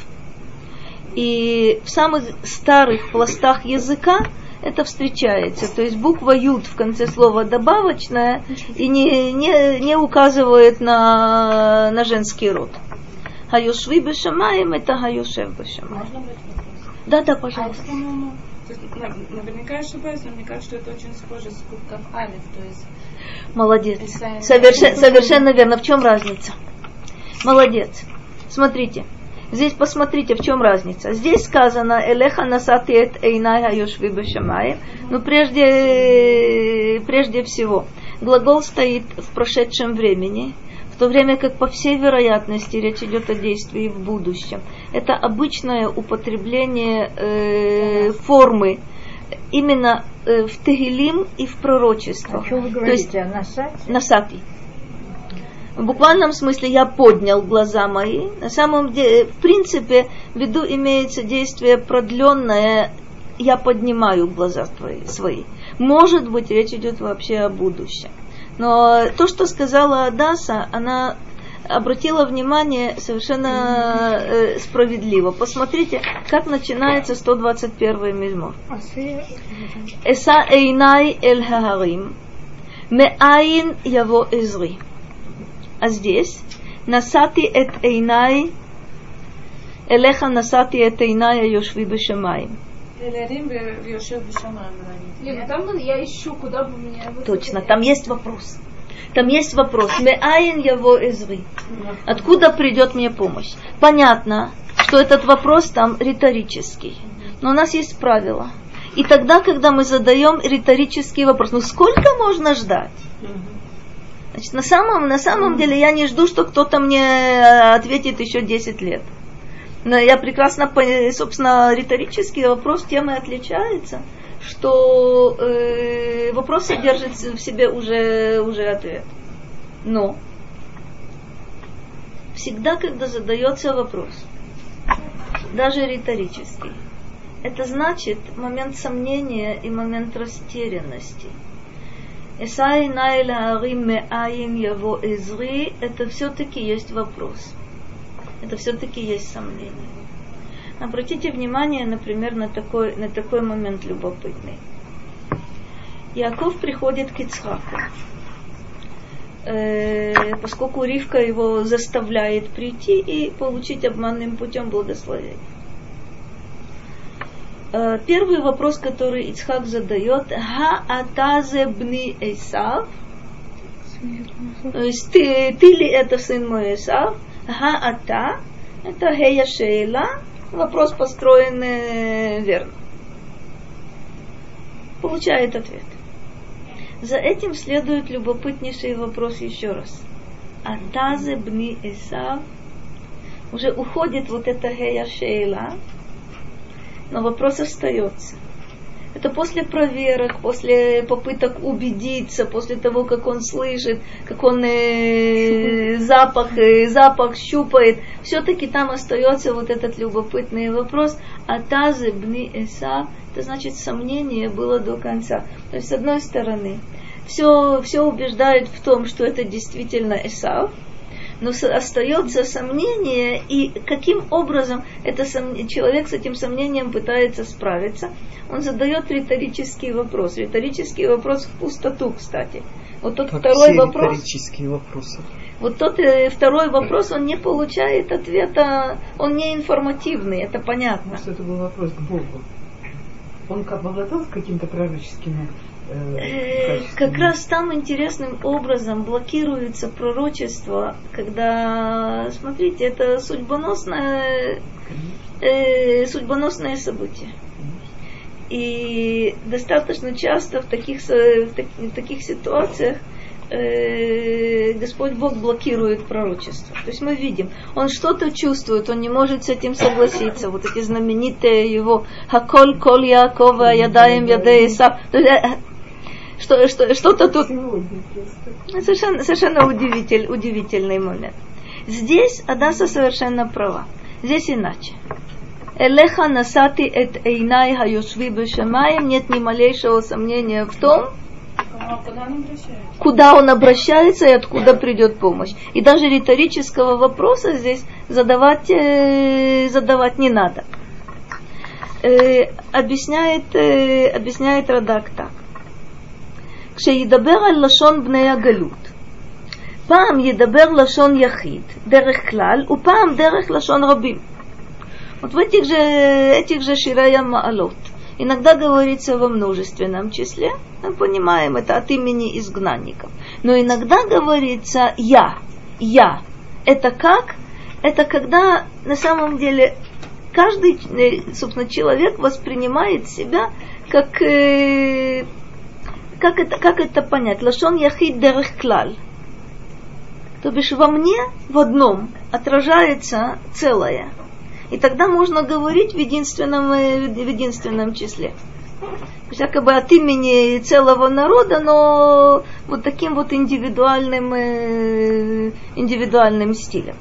И в самых старых пластах языка это встречается. То есть буква Юд в конце слова добавочная и не, не, не указывает на, на женский род. Хайошви бешамаем это хайошев бешамаем. Можно быть вопрос? Да, да, пожалуйста. А, по-моему, то есть, наверняка я ошибаюсь, но мне кажется, что это очень схоже с кубков Алиф. То есть молодец. Совершенно, совершенно верно. В чем разница? Молодец. Смотрите. Здесь посмотрите, в чем разница. Здесь сказано «Элеха насати эт эйнай хайошви бешамаем». Но прежде, прежде всего, глагол стоит в прошедшем времени, в то время как, по всей вероятности, речь идет о действии в будущем. Это обычное употребление э, формы именно э, в Тегилим и в пророчествах. А что вы говорите, о насати? Насати. В буквальном смысле я поднял глаза мои. На самом деле, в принципе, в виду имеется действие продленное. Я поднимаю глаза твои, свои. Может быть, речь идет вообще о будущем. Но то, что сказала Адаса, она обратила внимание совершенно э, справедливо. Посмотрите, как начинается сто двадцать первый мизмор. Эса эйнай эль хаарим, меаин яво эзри. А здесь насати эт эйнай, элеха насати эт эйнай айошви бешамаим. Нет, там я ищу, куда бы меня... Точно, там есть вопрос. Там есть вопрос. Меаин яво эзри. Откуда придет мне помощь? Понятно, что этот вопрос там риторический. Но у нас есть правило. И тогда, когда мы задаем риторический вопрос, ну сколько можно ждать? Значит, на самом, на самом деле я не жду, что кто-то мне ответит еще десять лет. Но я прекрасно, собственно, риторический вопрос тем и отличается, что э, вопрос содержит в себе уже, уже ответ. Но всегда, когда задается вопрос, даже риторический, это значит момент сомнения и момент растерянности. Эсай найл харим меаин яво эзри, это все-таки есть вопрос. Это все-таки есть сомнение. Обратите внимание, например, на такой, на такой момент любопытный. Яков приходит к Ицхаку, э, поскольку Ривка его заставляет прийти и получить обманным путем благословение. Э, первый вопрос, который Ицхак задает: «Ха атазе бни Эсав?» То есть, ты, ты ли это сын мой Эсав? Ха ата, это хея шейла, вопрос построен э, верно. Получает ответ. За этим следует любопытнейший вопрос еще раз. Атазе бни Эсав. Уже уходит вот это хея шейла, но вопрос остается. Это после проверок, после попыток убедиться, после того, как он слышит, как он э, запах, э, запах щупает, все-таки там остается вот этот любопытный вопрос. Атазе бни Эсав, это значит, сомнение было до конца. То есть, с одной стороны, все, все убеждает в том, что это действительно Эсав, но остается сомнение, и каким образом это сом... человек с этим сомнением пытается справиться. Он задает риторический вопрос. Риторический вопрос в пустоту, кстати. Вот тот как второй все вопрос. Риторические вопросы. Вот тот э, второй вопрос, он не получает ответа, он не информативный, это понятно. Может, это был вопрос к Богу. Он как обладал каким-то пророческим э, э, Как раз там интересным образом блокируется пророчество, когда, смотрите, это судьбоносное, э, судьбоносное событие. И достаточно часто в таких, в таких, в таких ситуациях э, Господь Бог блокирует пророчество. То есть мы видим, он что-то чувствует, он не может с этим согласиться. Вот эти знаменитые его «Хаколь коль Яакова ядаем ядей Исав». Что, что, что-то тут совершенно, совершенно удивитель, удивительный момент. Здесь Адаса совершенно права. Здесь иначе. Элеха насати эт эйнай хайошви бешамаем. Нет ни малейшего сомнения в том, куда он обращается и откуда придет помощь. И даже риторического вопроса здесь задавать, э, задавать не надо. Э, объясняет, э, объясняет Радак так. כשידבר על לשון בני הגלות, פעם ידבר לשון יחיד, דרך כלל, ופעם דרך לשון רבים. Вот в этих же, этих же Ширая Маалот иногда говорится во множественном числе, мы понимаем, это от имени изгнанников, но иногда говорится «я», «я». Это как? Это когда на самом деле каждый, собственно, человек воспринимает себя как, как, это, как это понять? Лашон яхид дерех клаль. То бишь во мне, в одном, отражается целое. И тогда можно говорить в единственном, в единственном числе. То есть, якобы от имени целого народа, но вот таким вот индивидуальным, индивидуальным стилем.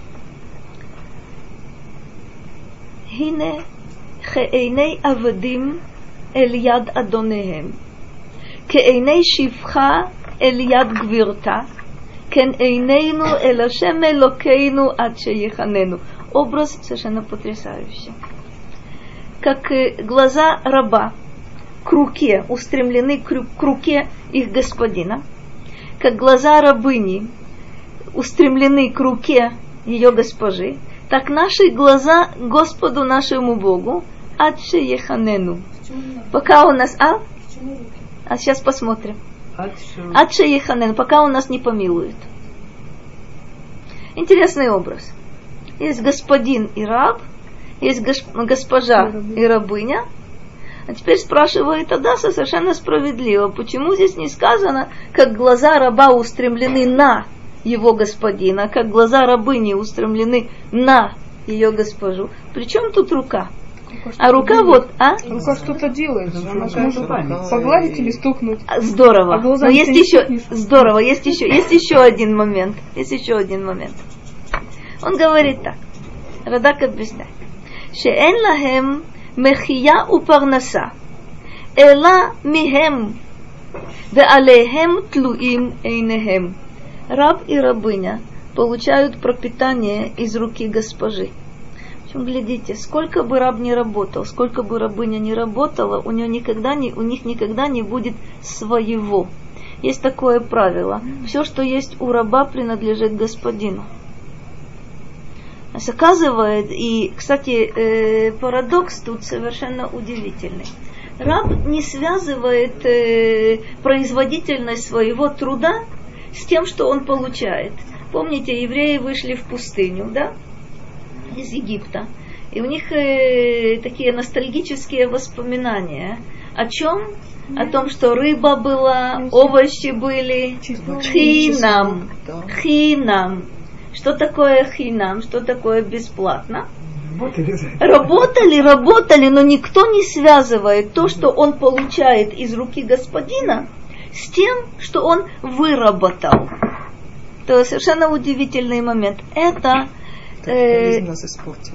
Хине хеэйней авадим эль яд адонеhem, кеэйней шивха эль яд гвирта, кен эйнейну эль Ашем элокейну ад шеяханену. Образ совершенно потрясающий. Как глаза раба к руке устремлены к руке их господина, как глаза рабыни устремлены к руке ее госпожи, так наши глаза Господу нашему Богу, ад шеяханену. Пока у нас... А? А сейчас посмотрим. Ад шеяханену, пока у нас не помилует. Интересный образ. Есть господин и раб, есть госпожа и рабыня. А теперь спрашивает Адаса совершенно справедливо, почему здесь не сказано, как глаза раба устремлены на его господина, как глаза рабыни устремлены на ее госпожу. Причем тут рука? А рука вот, а? Рука что-то делает, она же может погладить или стукнуть. Здорово. А но есть еще, здорово, есть еще, есть еще один момент, есть еще один момент. Он говорит так, Радак объясняет, «Шеэн лахем мехия упарнаса, эла михем, ве алейхем тлуим эйнехем». Раб и рабыня получают пропитание из руки госпожи. Причем, глядите, сколько бы раб ни работал, сколько бы рабыня ни работала, у, нее никогда не, у них никогда не будет своего. Есть такое правило, все, что есть у раба, принадлежит господину. Оказывает, и, кстати, э, парадокс тут совершенно удивительный. Раб не связывает э, производительность своего труда с тем, что он получает. Помните, евреи вышли в пустыню, да, из Египта, и у них э, такие ностальгические воспоминания. О чем? О том, что рыба была, овощи были, хинам, хинам. Что такое хинам, что такое бесплатно? Работали, работали, но никто не связывает то, что он получает из руки господина, с тем, что он выработал. Это совершенно удивительный момент. Это... Э, нас испортил.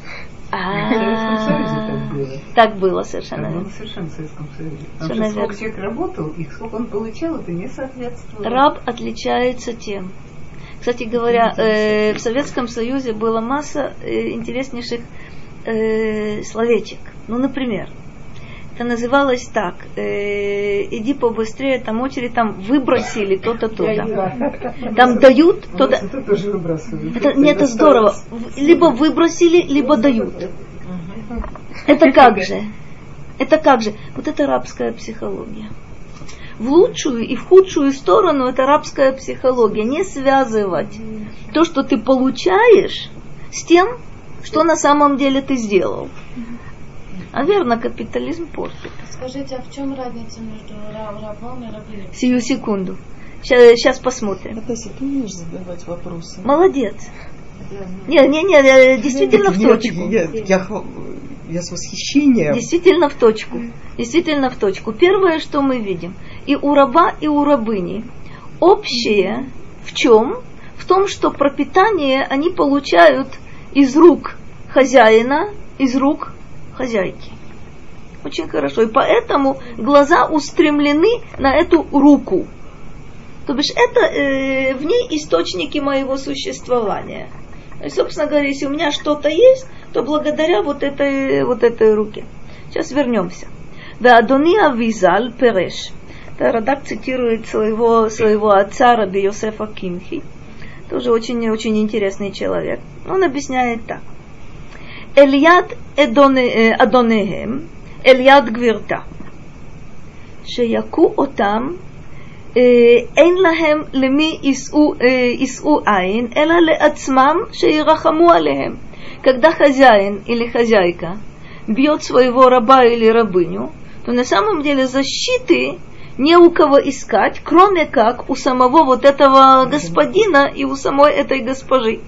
Так было совершенно. Так было совершенно в Советском Союзе. Потому что сколько человек работал, и сколько он получал, это не соответствует. Раб отличается тем. Кстати говоря, э, в Советском Союзе была масса э, интереснейших э, словечек. Ну, например, Это называлось так. Э, иди побыстрее, там очередь, там выбросили то-то, то-то. Там дают, то-то. Это тоже выбрасывают. Это, нет, это здорово. Либо выбросили, либо дают. Это как же? Это как же? Вот это рабская психология. В лучшую и в худшую сторону это рабская психология. Не связывать то, что ты получаешь, с тем, что на самом деле ты сделал. А верно, капитализм портит. Скажите, а в чем разница между рабом и рабыней? Сию секунду. Сейчас, сейчас посмотрим. Атася, ты умеешь задавать вопросы? Молодец. Не, не, не, действительно в точку. Я, я, я с восхищением. Действительно в точку. Действительно в точку. Первое, что мы видим, и у раба, и у рабыни общее в чем? В том, что пропитание они получают из рук хозяина, из рук хозяйки. Очень хорошо. И поэтому глаза устремлены на эту руку. То бишь это э, в ней источники моего существования. И, собственно говоря, если у меня что-то есть, то благодаря вот этой, вот этой руке. Сейчас вернемся. Да, Адони Авизаль Переш. Радак цитирует своего, своего отца Раби Йосефа Кимхи. Тоже очень-очень интересный человек. Он объясняет так. Эльяд Адонехем, Эльяд Гвирта. Шеяку отам אין להם למי יישאו עין, אלא לעצמם שירחמו עליהם. Когда хозяин или хозяйка бьет своего раба или рабыню, то на самом деле защиты не у кого искать, кроме как у самого вот этого господина и у самой этой госпожи.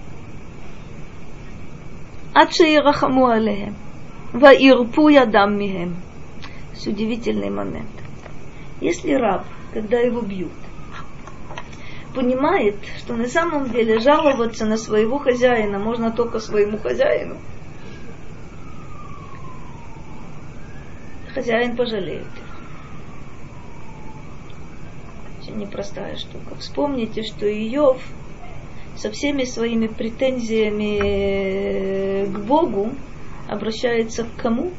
Ад шеирахаму алехем ва ирпу ядам михем. Это удивительный момент. Если раб, когда его бьют, понимает, что на самом деле жаловаться на своего хозяина можно только своему хозяину, хозяин пожалеет его. Очень непростая штука. Вспомните, что Иов со всеми своими претензиями к Богу обращается к кому?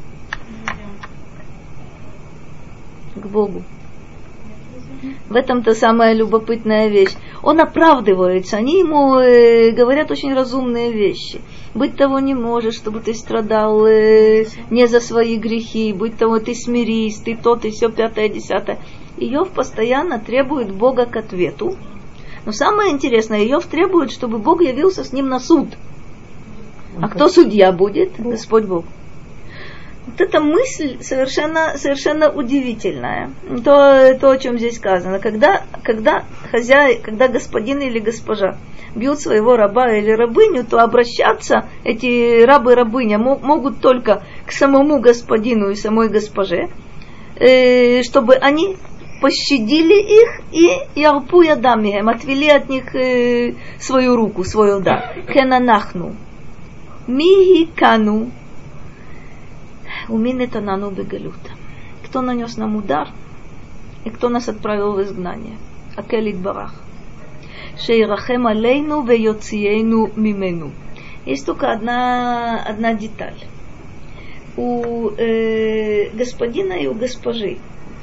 К Богу. В этом-то самая любопытная вещь. Он оправдывается, они ему э, говорят очень разумные вещи. Быть того не можешь, чтобы ты страдал э, не за свои грехи, быть того ты смирись, ты то, ты все, пятое, десятое. Иов постоянно требует Бога к ответу. Но самое интересное, Иов требует, чтобы Бог явился с ним на суд. А кто судья будет? Господь Бог. Вот эта мысль совершенно, совершенно удивительная. То, то, о чем здесь сказано. Когда, когда, хозяин, когда господин или госпожа бьют своего раба или рабыню, то обращаться эти рабы и рабыня могут только к самому господину и самой госпоже, э, чтобы они пощадили их и ярпу ядамихем, отвели от них э, свою руку, свой удар. Кенанахну. Михи кану. Уминета нану бегалюта. Кто нанес нам удар и кто нас отправил в изгнание? Акелит барах. Шейрахем алейну вейоциейну мимену. Есть только одна, одна деталь. У э, господина и у госпожи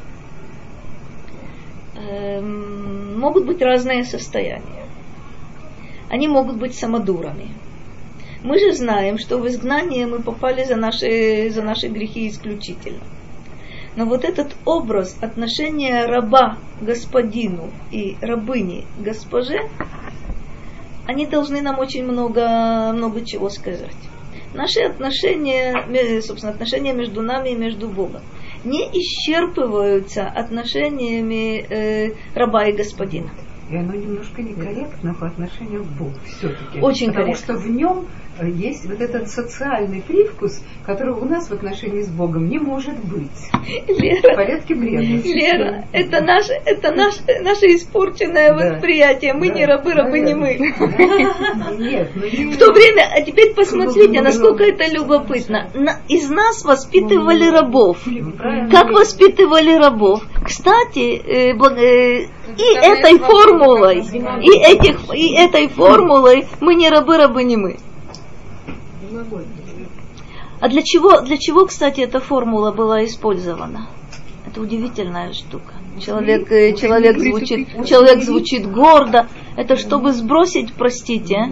э, могут быть разные состояния. Они могут быть самодурами. Мы же знаем, что в изгнание мы попали за наши, за наши грехи исключительно. Но вот этот образ отношения раба к господину и рабыни к госпоже, они должны нам очень много, много чего сказать. Наши отношения, собственно, отношения между нами и между Богом не исчерпываются отношениями э, раба и господина. И оно немножко некорректно по отношению к Богу все-таки. Очень потому корректно. Что в нем есть вот этот социальный привкус, который у нас в отношении с Богом не может быть. Лера, в порядке бредности. Лера, это наше, это наше, наше испорченное Да. восприятие. Мы Да. не рабы, рабы не мы. Нет, ну не- В то время, а теперь посмотрите, насколько это любопытно. На- из нас воспитывали рабов. Правильно. Как воспитывали рабов? Кстати, э, благ- э, и этой формулой, и, этих, и этой формулой мы не рабы, рабы не мы. А для чего, для чего, кстати, эта формула была использована? Это удивительная штука. Человек, человек, звучит, человек звучит гордо. Это чтобы сбросить, простите,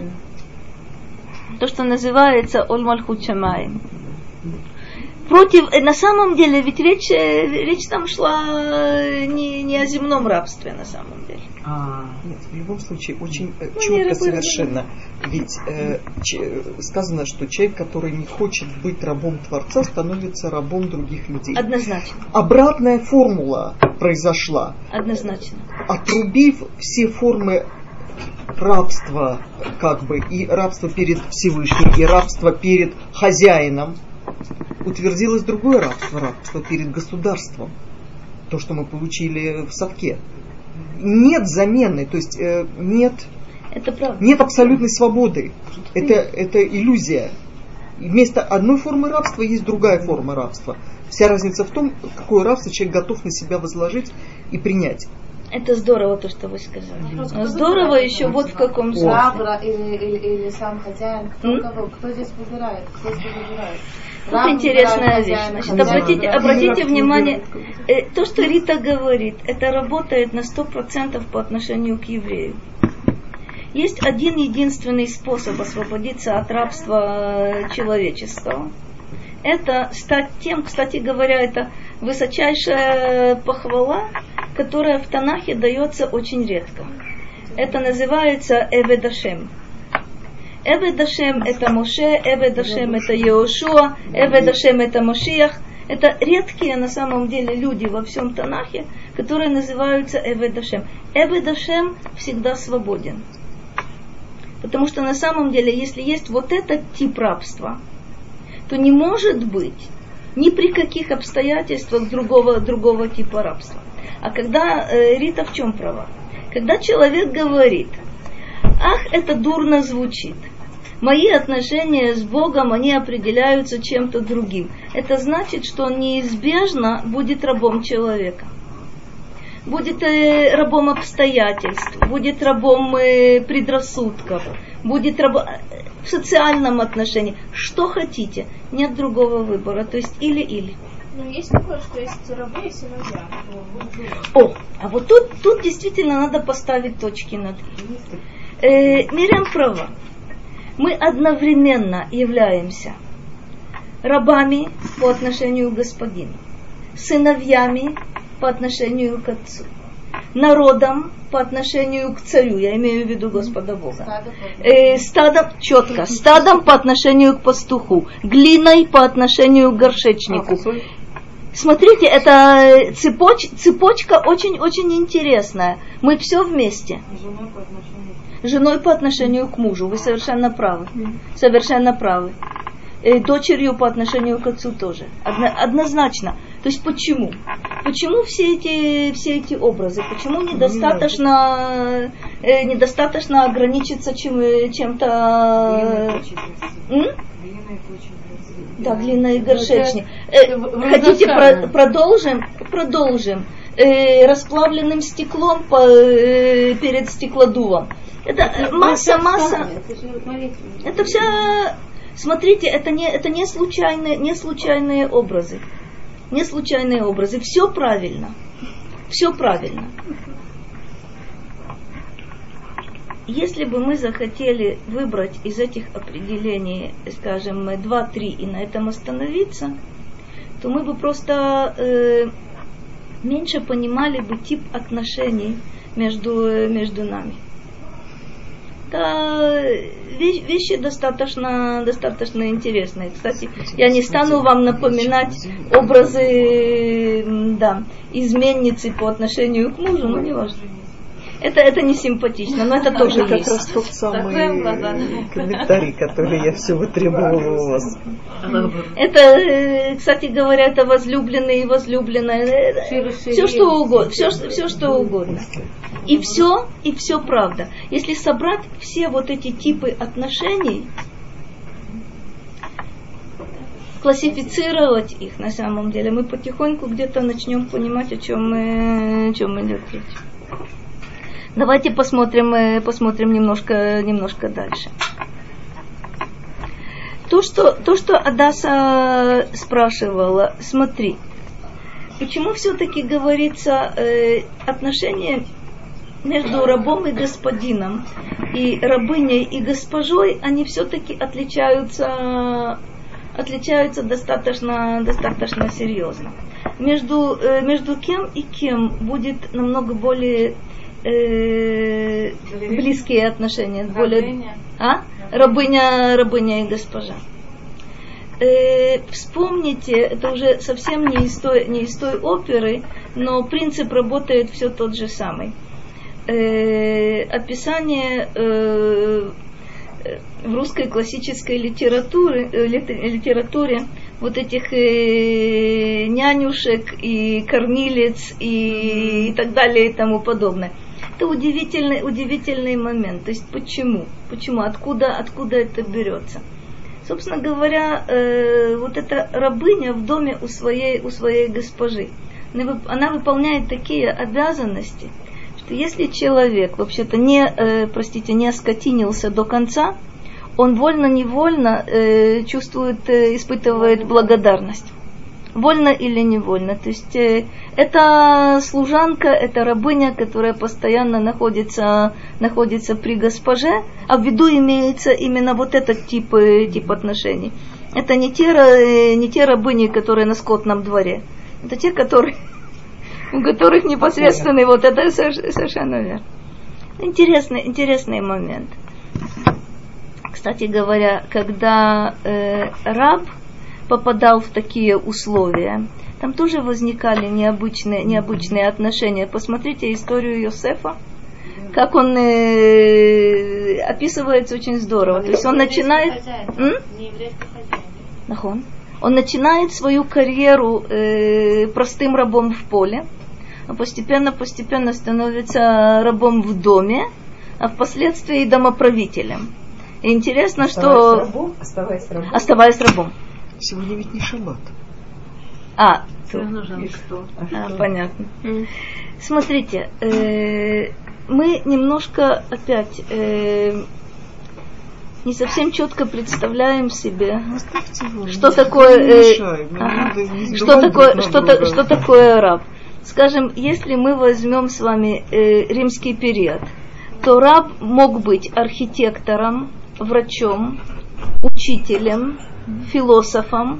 то, что называется «Оль мальхут шамаим». Против, на самом деле, ведь речь, речь там шла не, не о земном рабстве, на самом деле. А, нет, в любом случае, очень ну, четко совершенно. Ведь э, ч, сказано, что человек, который не хочет быть рабом Творца, становится рабом других людей. Однозначно. Обратная формула произошла. Однозначно. Отрубив все формы рабства, как бы, и рабство перед Всевышним, и рабство перед хозяином, утвердилось другое рабство, рабство перед государством. То, что мы получили в Садке. Нет замены, то есть э, нет, это правда. Нет абсолютной свободы. Это, это иллюзия. И вместо одной формы рабства есть другая форма рабства. Вся разница в том, какое рабство человек готов на себя возложить и принять. Это здорово, то, что вы сказали. Вопрос, здорово еще вот в каком смысле. Раб или, или, или сам хозяин. Кто, кого? Кто здесь выбирает? Кто здесь выбирает? Вот интересная вещь. Значит, обратите, обратите внимание, э, то, что Рита говорит, это работает на сто процентов по отношению к еврею. Есть один единственный способ освободиться от рабства человеческого. Это стать тем, кстати говоря, это высочайшая похвала, которая в Танахе дается очень редко. Это называется Эвед Ашем. Эвед Ашем это Моше, Эвед Ашем это Йеошуа, Эвед Ашем это Мошиах. Это редкие на самом деле люди во всем Танахе, которые называются Эвед Ашем. Эвед Ашем всегда свободен. Потому что на самом деле, если есть вот этот тип рабства, то не может быть ни при каких обстоятельствах другого, другого типа рабства. А когда э, Рита в чем права? Когда человек говорит: ах, это дурно звучит, мои отношения с Богом, они определяются чем-то другим. Это значит, что он неизбежно будет рабом человека. Будет э, рабом обстоятельств, будет рабом э, предрассудков, будет рабом в социальном отношении. Что хотите, нет другого выбора. То есть или-или. Ну, есть такое, что есть рабы и сыновья. О, а вот тут, тут действительно надо поставить точки над «и». Э, Мирям права. Мы одновременно являемся рабами по отношению к господину, сыновьями по отношению к отцу, народом по отношению к царю, я имею в виду Господа Бога, э, стадом, четко, стадом по отношению к пастуху, глиной по отношению к горшечнику. Смотрите, это цепоч, цепочка очень-очень интересная. Мы все вместе. Женой по отношению к мужу. Вы совершенно правы. Совершенно правы. И дочерью по отношению к отцу тоже. Одно, однозначно. То есть почему? Почему все эти, все эти образы? Почему недостаточно, э, недостаточно ограничиться чем, чем-то... Да, глина и горшечник. Э, хотите, про, продолжим? Продолжим. Э, расплавленным стеклом по, э, перед стеклодувом. Это масса, масса. Это вся... Смотрите, это не, это не случайные, не случайные образы. Не случайные образы. Все правильно. Все правильно. Если бы мы захотели выбрать из этих определений, скажем, два-три и на этом остановиться, то мы бы просто э, меньше понимали бы тип отношений между, между нами. Это вещи достаточно, достаточно интересные. Кстати, я не стану вам напоминать образы, да, изменницы по отношению к мужу, но не важно. Это, это не симпатично, но это тоже это есть. как раз тот самый комментарий, который я все вытребовала у вас. Это, кстати говоря, это возлюбленный и возлюбленная. Все что угодно. Все, все что угодно. И все, и все правда. Если собрать все вот эти типы отношений, классифицировать их на самом деле, мы потихоньку где-то начнем понимать, о чем, мы, о чем идет речь. Давайте посмотрим, посмотрим немножко, немножко дальше. То, что, то, что Адаса спрашивала, смотри, почему все-таки говорится э, отношения между рабом и господином, и рабыней и госпожой, они все-таки отличаются, отличаются достаточно, достаточно серьезно. Между, э, между кем и кем будет намного более э, близкие отношения, более, а? Рабыня, рабыня и госпожа. Э, вспомните, это уже совсем не из той, не из той оперы, но принцип работает все тот же самый. Э, описание э, в русской классической литературе, э, литературе вот этих э, нянюшек и кормилец и, и так далее и тому подобное. Это удивительный, удивительный момент. То есть почему? Почему? Откуда, откуда это берется? Собственно говоря, э, вот эта рабыня в доме у своей, у своей госпожи, она, она выполняет такие обязанности, что если человек вообще-то не, э, простите, не оскотинился до конца, он вольно-невольно э, чувствует, э, испытывает благодарность. Вольно или невольно. То есть э, это служанка, это рабыня, которая постоянно находится, находится при госпоже, а в виду имеется именно вот этот тип, э, тип отношений. Это не те, э, не те рабыни, которые на скотном дворе. Это те, которые, у которых непосредственный вот это совершенно верно. Интересный, интересный момент. Кстати говоря, когда э, раб попадал в такие условия, там тоже возникали необычные, необычные отношения. Посмотрите историю Йосефа, как он э, описывается очень здорово. То есть он начинает... М? Он начинает свою карьеру э, простым рабом в поле, а постепенно-постепенно становится рабом в доме, а впоследствии и домоправителем. И интересно, оставаясь что... Рабом, оставаясь рабом. Оставаясь рабом. Сегодня ведь не шаббат. А, Что нужно? Что? А, понятно. Mm. Смотрите, э, мы немножко опять э, не совсем четко представляем себе, его, что такое, э, ага, что такое, что, что такое раб. Скажем, если мы возьмем с вами э, римский период, то раб мог быть архитектором, врачом, учителем, философом,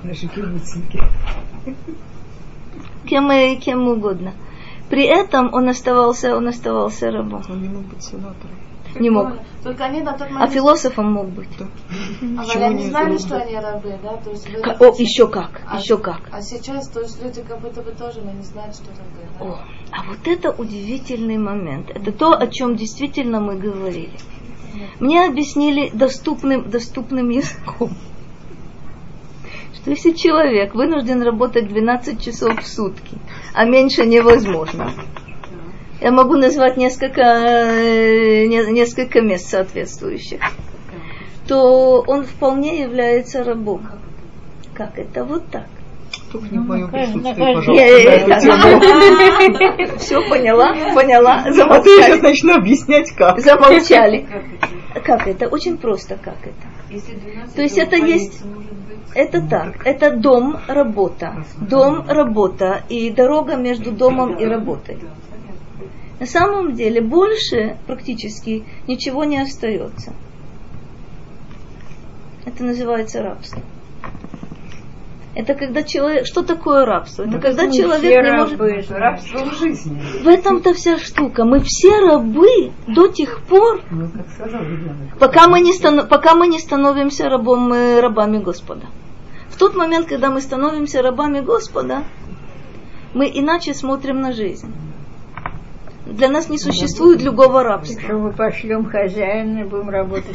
кем, кем угодно. При этом он оставался, он оставался рабом. Он не мог быть сенатором. Не мог. Только они на тот А момент... философом мог быть. Да. А они знали, что они рабы, да? То есть К- О, еще как, а, еще как. А сейчас, то есть люди как будто бы тоже не знают, что рабы. Да? О, а вот это удивительный момент. Это то, о чем действительно мы говорили. Мне объяснили доступным, доступным языком, что если человек вынужден работать двенадцать часов в сутки, а меньше невозможно, я могу назвать несколько, несколько мест соответствующих, то он вполне является рабом. Как это? Вот так. Только не в моем присутствии, пожалуйста. Все поняла, поняла. А ты сейчас начну объяснять, как. Замолчали. Как это? Очень просто, как это. То есть это есть, это так, это дом, работа. Дом, работа и дорога между домом и работой. На самом деле больше практически ничего не остается. Это называется рабство. Это когда человек... Что такое рабство? Это ну, когда человек не может... Рабство в жизни. В этом-то вся штука. Мы все рабы до тех пор, ну, как сказал ребенок, пока, мы не станов... пока мы не становимся рабом, рабами Господа. В тот момент, когда мы становимся рабами Господа, мы иначе смотрим на жизнь. Для нас не существует другого рабства. Что мы пошлем хозяина и будем работать.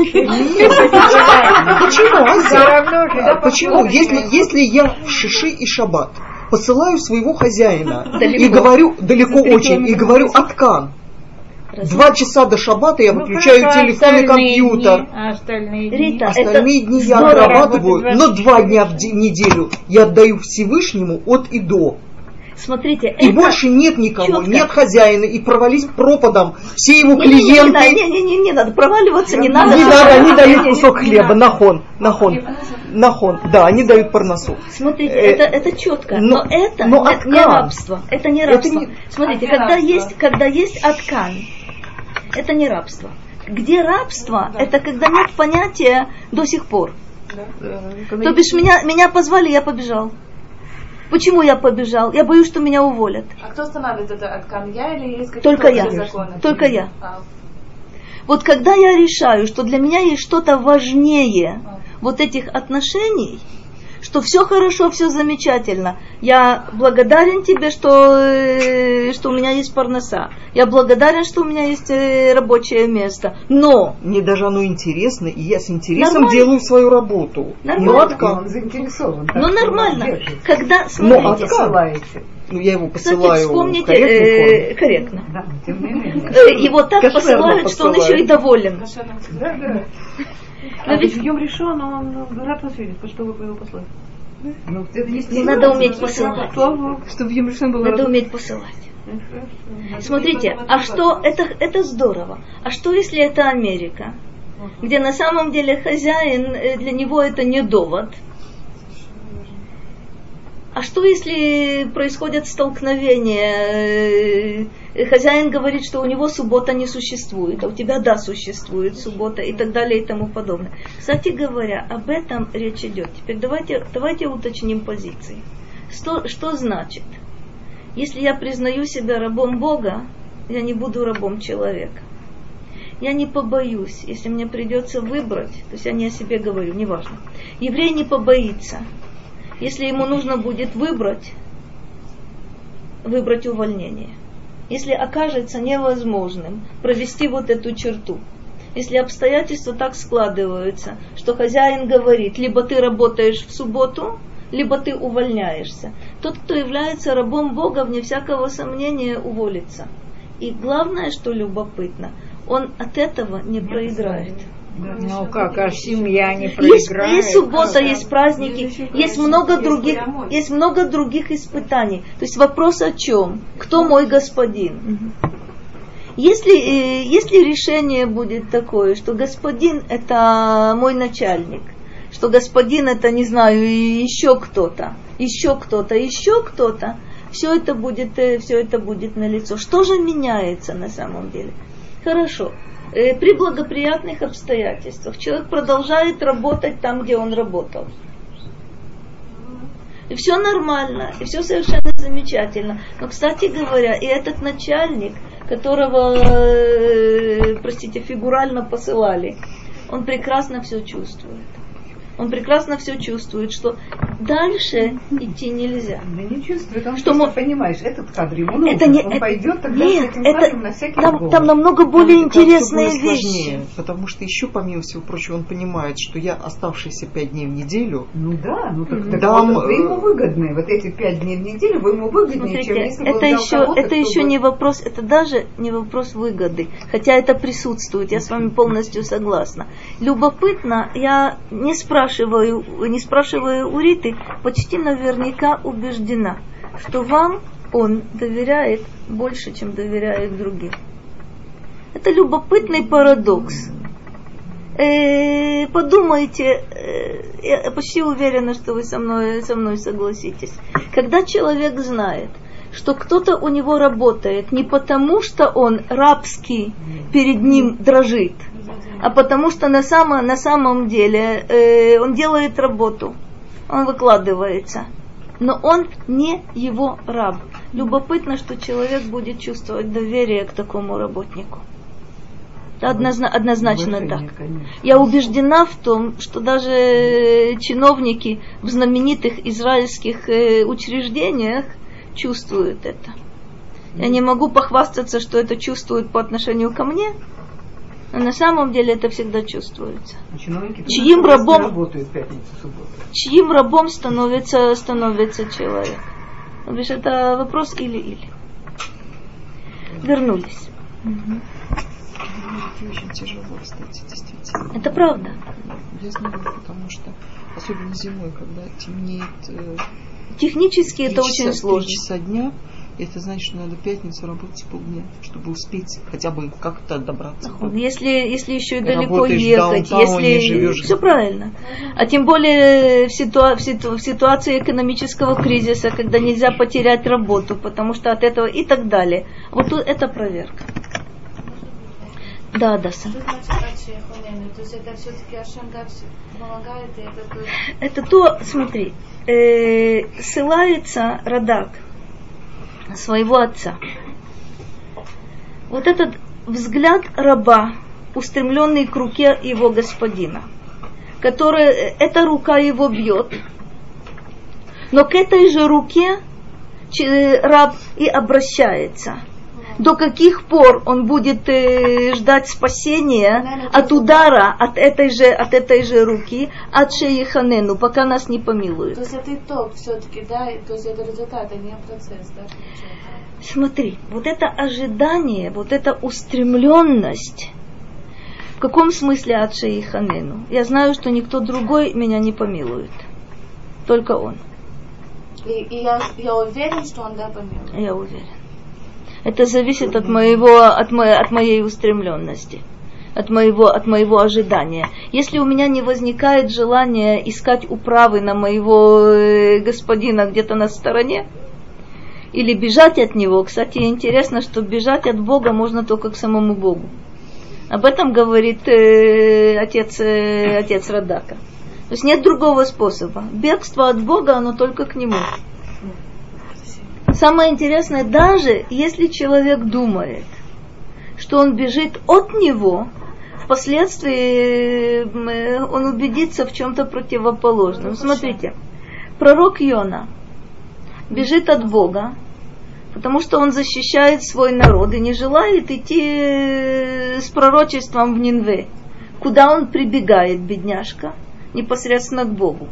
Почему? Почему? Если, если я в шиши и шаббат посылаю своего хозяина далеко. И говорю, далеко очень, и говорю откан. Два часа до шаббата я выключаю ну, телефон и компьютер. Дни, а остальные дни, Рита, остальные дни я отрабатываю, но два дня в неделю я отдаю Всевышнему от и до. Смотрите, и это больше нет никого, четко. Нет хозяина, и провались пропадом все его не, клиенты. Не, не, не, не, не надо проваливаться, не надо. Не надо, они дают Не, не, кусок не хлеба, надо. нахон, нахон, нахон, да, они дают парносу. Смотрите, Э, это, это четко, но- но, это но не, откан. не рабство. Это не Это рабство. не- Смотрите, А где когда рабство? есть, когда есть откан, это не рабство. Где рабство, это когда нет понятия до сих пор. То бишь меня, меня позвали, я побежал. Почему я побежал? Я боюсь, что меня уволят. А кто устанавливает это откан? Я или есть какие-то Только я. законы? Только я. А, Вот когда я решаю, что для меня есть что-то важнее вот этих отношений, что все хорошо, все замечательно, я благодарен тебе, что, э, что у меня есть парноса, я благодарен, что у меня есть э, рабочее место, но... Мне даже оно интересно, и я с интересом Нормально. делаю свою работу. Нормально. Ну, И откан. он заинтересован. так Ну что нормально, он держит. когда, Но смотрите, откан. Посылаете. Ну, я его кстати, посылаю вспомните, корректной э, форме. корректно, Да, тем не менее. Э, его так Кошерно посылают, что он посылают. еще и доволен. Да, да. Но А ведь ведь в Йом Ришон он рад вас видеть, что вы его послали. Ну, это есть не надо уметь посылать, Слава, что в Йом Ришон было надо уметь посылать. Смотрите, а что, это, это здорово. А что если это Америка, где на самом деле хозяин, э, для него это не довод? А что если происходят столкновения, э, хозяин говорит, что у него суббота не существует, а у тебя да существует суббота и так далее и тому подобное. Кстати говоря, об этом речь идет. Теперь давайте, давайте уточним позиции. Что, что значит? Если я признаю себя рабом Бога, я не буду рабом человека. Я не побоюсь, если мне придется выбрать, то есть я не о себе говорю, неважно. Еврей не побоится, если ему нужно будет выбрать, выбрать увольнение. Если окажется невозможным провести вот эту черту. Если обстоятельства так складываются, что хозяин говорит, либо ты работаешь в субботу, либо ты увольняешься. Тот, кто является рабом Бога, вне всякого сомнения уволится. И главное, что любопытно, он от этого не проиграет. Ну как, а семья не Есть, проиграет? есть суббота, есть праздники, есть много других, есть много других испытаний. То есть вопрос о чем? Кто мой господин? Если, э, если решение будет такое, что господин это мой начальник, что господин это, не знаю, еще кто-то, еще кто-то, еще кто-то, все это будет, э, все это будет налицо. Что же меняется на самом деле? Хорошо. При благоприятных обстоятельствах человек продолжает работать там, где он работал. И все нормально, и все совершенно замечательно. Но, кстати говоря, и этот начальник, которого, простите, фигурально посылали, он прекрасно все чувствует. Он прекрасно все чувствует, что дальше идти нельзя. Да не чувствует, он Что что мы... понимаешь, этот кадр ему нужен. Это не, он это... пойдет тогда Нет, с этим это... кадром на всякий там, голос. там намного более Там, интересные там всё было вещи. сложнее, потому что еще, помимо всего прочего, он понимает, что я оставшиеся пять дней в неделю. Ну да, ну так, так Там, вот, вы ему выгодны. Вот эти пять дней в неделю вы ему выгоднее, Смотрите, чем если бы это он взял еще, кого-то, это кто еще бы- не вопрос, это даже не вопрос выгоды, хотя это присутствует, я с вами полностью согласна. Любопытно, я не спрашиваю, не спрашиваю у Риты, почти наверняка убеждена, что вам он доверяет больше, чем доверяет другим. Это любопытный парадокс. Э, подумайте, э, я почти уверена, что вы со мной, со мной согласитесь. Когда человек знает, что кто-то у него работает не потому, что он рабски перед ним дрожит, а потому что на самом, на самом деле э, он делает работу, он выкладывается, но он не его раб. Любопытно, что человек будет чувствовать доверие к такому работнику. Однозна- однозначно Уважение, так. конечно. Я убеждена в том, что даже чиновники в знаменитых израильских э, учреждениях чувствуют это. Я не могу похвастаться, что это чувствуют по отношению ко мне, но на самом деле это всегда чувствуется. Чиновники Чьим тоже рабом- работают в пятницу, субботу. Чьим рабом становится, становится человек? Видишь, это вопрос или-или. Вернулись. Это очень тяжело, кстати, действительно. Это правда. Я знаю, потому что, особенно зимой, когда темнеет, э, технически это часа, очень сложно. Три часа дня, это значит, что надо в пятницу работать полдня, чтобы успеть хотя бы как-то добраться. Если, если еще и далеко работаешь ехать, если все правильно. А тем более в, ситуа- в, ситу- в ситуации экономического кризиса, когда нельзя потерять работу, потому что от этого и так далее. Вот тут это проверка. Да, да, сам. То есть это все-таки Ашем помогает, и это то... Это то, смотри, э, ссылается Радак своего отца. Вот этот взгляд раба, устремленный к руке его господина, который, эта рука его бьет, но к этой же руке раб и обращается. До каких пор он будет э, ждать спасения от удара от этой же, от этой же руки, от шеиханену, пока нас не помилуют. То есть это итог все-таки, да? То есть это результат, а не процесс, да? Смотри, вот это ожидание, вот эта устремленность, в каком смысле от шеиханену? Я знаю, что никто другой меня не помилует, только он. И, и я, я уверен, что он да помилует. Я уверен. Это зависит от моего, от моей, от моей устремленности, от моего, от моего ожидания. Если у меня не возникает желания искать управы на моего господина где-то на стороне, или бежать от него, кстати, интересно, что бежать от Бога можно только к самому Богу. Об этом говорит э, отец, э, отец Радака. То есть нет другого способа. Бегство от Бога, оно только к нему. Самое интересное, даже если человек думает, что он бежит от него, впоследствии он убедится в чем-то противоположном. Смотрите, пророк Йона бежит от Бога, потому что он защищает свой народ и не желает идти с пророчеством в Нинве. Куда он прибегает, бедняжка? Непосредственно к Богу.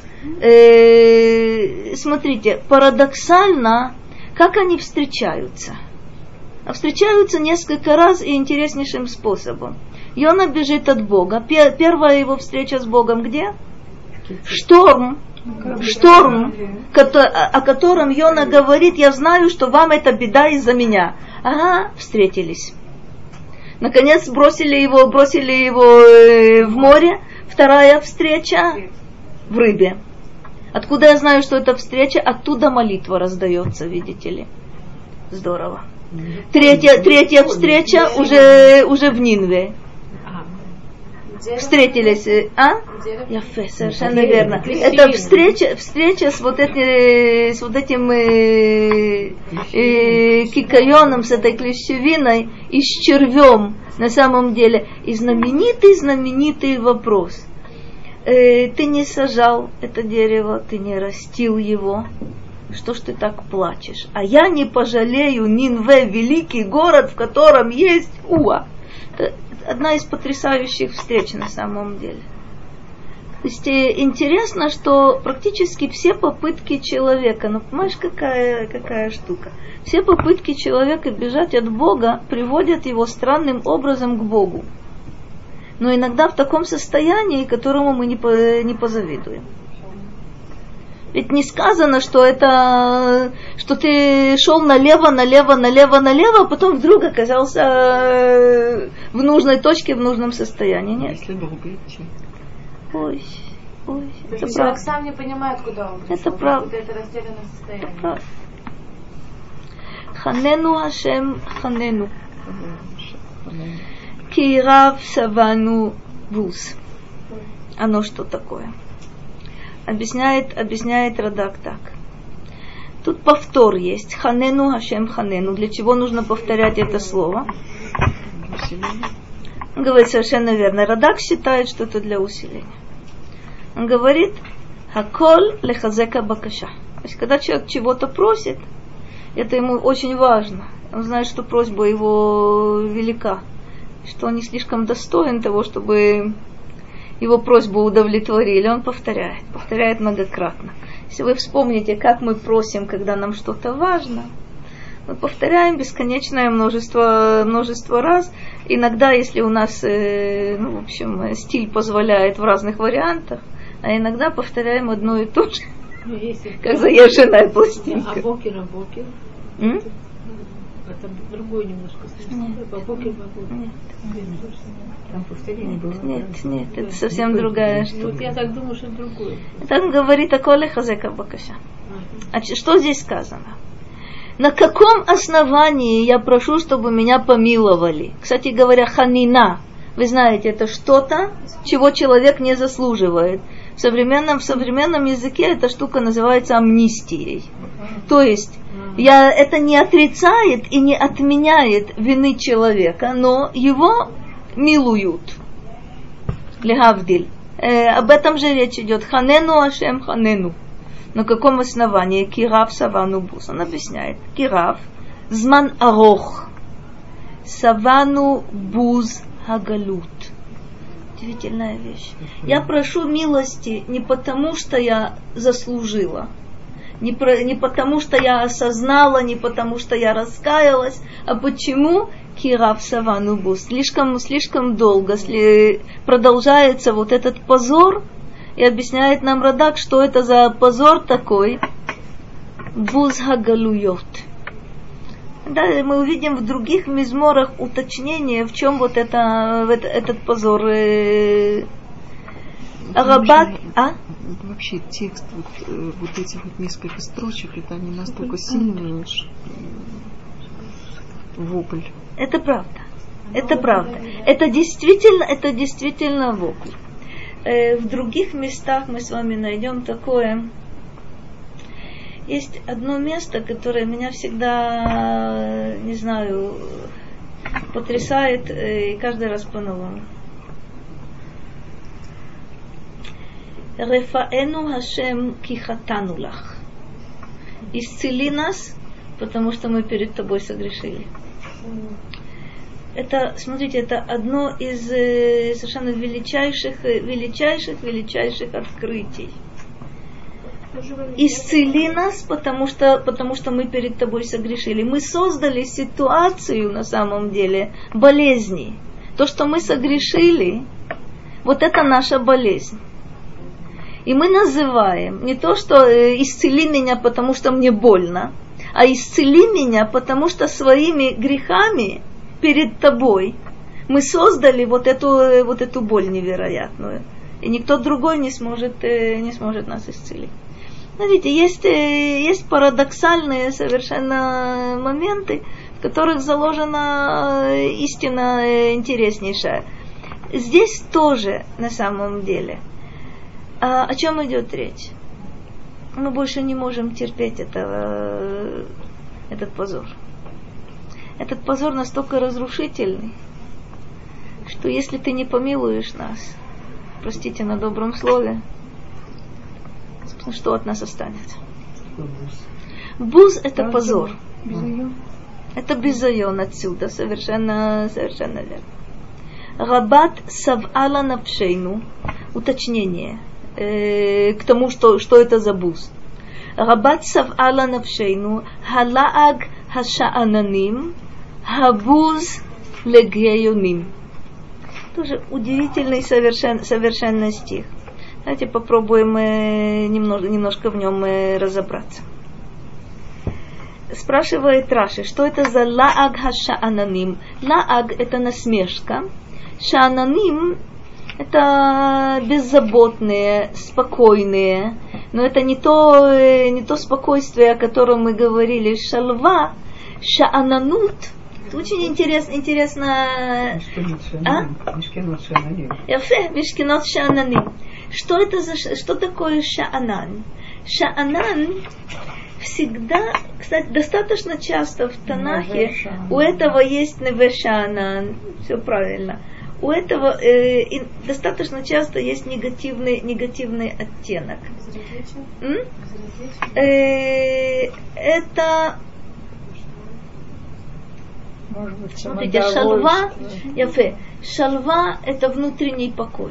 Э, смотрите, парадоксально, как они встречаются. А встречаются несколько раз и интереснейшим способом. Йона бежит от Бога. Первая его встреча с Богом где? Шторм. Шторм, о котором Йона говорит: я знаю, что вам эта беда из-за меня. Ага, встретились. Наконец бросили его, бросили его в море. Вторая встреча в рыбе. Откуда я знаю, что это встреча? Оттуда молитва раздается, видите ли. Здорово. Третья, третья встреча уже, уже в Нинве. Встретились, а? Яфе, совершенно верно. Это встреча, встреча с вот, эти, с вот этим э, э, кикайоном, с этой клещевиной и с червем, на самом деле. И знаменитый-знаменитый вопрос. Э, ты не сажал это дерево, ты не растил его. Что ж ты так плачешь? А я не пожалею Нинве, великий город, в котором есть Уа. Это одна из потрясающих встреч на самом деле. То есть интересно, что практически все попытки человека, ну понимаешь, какая, какая штука, все попытки человека бежать от Бога приводят его странным образом к Богу. Но иногда в таком состоянии, которому мы не, по, не позавидуем. Ведь не сказано, что это, что ты шел налево, налево, налево, налево, а потом вдруг оказался в нужной точке, в нужном состоянии. Нет. Если долго идти. Ой, ой. То Это есть правда. человек сам не понимает, куда он пришел. Это правда. Вот это растерянное состояние. Это правда. Ханену Хашем, ханену. Кирав савану вуз. Оно что такое? Объясняет, объясняет Радак так. Тут повтор есть. Ханену Хашем ханену. Для чего нужно повторять это слово? Он говорит совершенно верно. Радак считает, что это для усиления. Он говорит: Хакол лехазека бакаша. То есть, когда человек чего-то просит, это ему очень важно. Он знает, что просьба его велика, что он не слишком достоин того, чтобы его просьбу удовлетворили. Он повторяет, повторяет многократно. Если вы вспомните, как мы просим, когда нам что-то важно, мы повторяем бесконечное множество, множество раз. Иногда, если у нас, ну, в общем, стиль позволяет в разных вариантах, а иногда повторяем одно и то же как заезженная пластинка. А бокер, а бокер? М? Это другой немножко смысл. А бокер, а бокер? Нет. Там повторение было. Нет, нет, это совсем другая штука. Вот я так думаю, что это другое. Так говорит о Коле Хазека Бакаша. А что здесь сказано? На каком основании я прошу, чтобы меня помиловали? Кстати говоря, ханина. Вы знаете, это что-то, чего человек не заслуживает. В современном, в современном языке эта штука называется амнистией. То есть, я, это не отрицает и не отменяет вины человека, но его милуют. Легавдиль. Э, об этом же речь идет. Ханену Ашем ханену. На каком основании? Кирав савану бус. Он объясняет. Кирав зман арох. Савану буз хагалут. Удивительная вещь. Я прошу милости не потому, что я заслужила. Не, про, не потому, что я осознала, не потому, что я раскаялась, а почему Кирав Савану Бус. Слишком, слишком долго сли, продолжается вот этот позор, и объясняет нам Радак, что это за позор такой. Буз Хагалуйот. Да, мы увидим в других мизморах уточнение, в чем вот это, этот позор. Рабат, а? Вообще текст, вот, вот этих вот несколько строчек, это они настолько сильные, вопль. Это правда. Это правда. Это действительно, это действительно вопль. Э, в других местах мы с вами найдем такое. Есть одно место, которое меня всегда, не знаю, потрясает, э, и каждый раз по-новому. Рефаэну Хашем кихатану лах. Исцели нас, потому что мы перед тобой согрешили. Это, смотрите, это одно из э, совершенно величайших, величайших, величайших открытий. Исцели нас, потому что, потому что мы перед тобой согрешили. Мы создали ситуацию, на самом деле, болезни. То, что мы согрешили, вот это наша болезнь. И мы называем не то, что э, исцели меня, потому что мне больно, а исцели меня, потому что своими грехами перед тобой мы создали вот эту, вот эту боль невероятную. И никто другой не сможет, э, не сможет нас исцелить. Смотрите, есть, э, есть парадоксальные совершенно моменты, в которых заложена истина э, интереснейшая. Здесь тоже, на самом деле, А о чем идет речь? Мы больше не можем терпеть этого, этот позор. Этот позор настолько разрушительный, что если ты не помилуешь нас, простите на добром слове, что от нас останется? Буз – это позор. Это бизайон отсюда, совершенно, совершенно верно. Рабат сав'ала навшейну, уточнение к тому, что, что это за буз. Рабат сав'ала навшейну, халааг хашаананим, хабуз легейоним. Тоже удивительный совершен, совершенно стих. Давайте попробуем э, немного, немножко в нем э, разобраться. Спрашивает Раши, что это за лааг хашаананим? Лааг – это насмешка. Шаананим – это беззаботные, спокойные, но это не то, не то спокойствие, о котором мы говорили. Шалва, шаананут. Это очень интересно. интересно. Мишкинот шаананим. Яфе, мишкинот шаананим. Что это за, что такое шаанан? Шаанан всегда, кстати, достаточно часто в Танахе у этого есть неве шаанан. Все правильно. У этого э, и достаточно часто есть негативный, негативный оттенок. Э, это, смотрите, шалва, яфе, шалва это внутренний покой.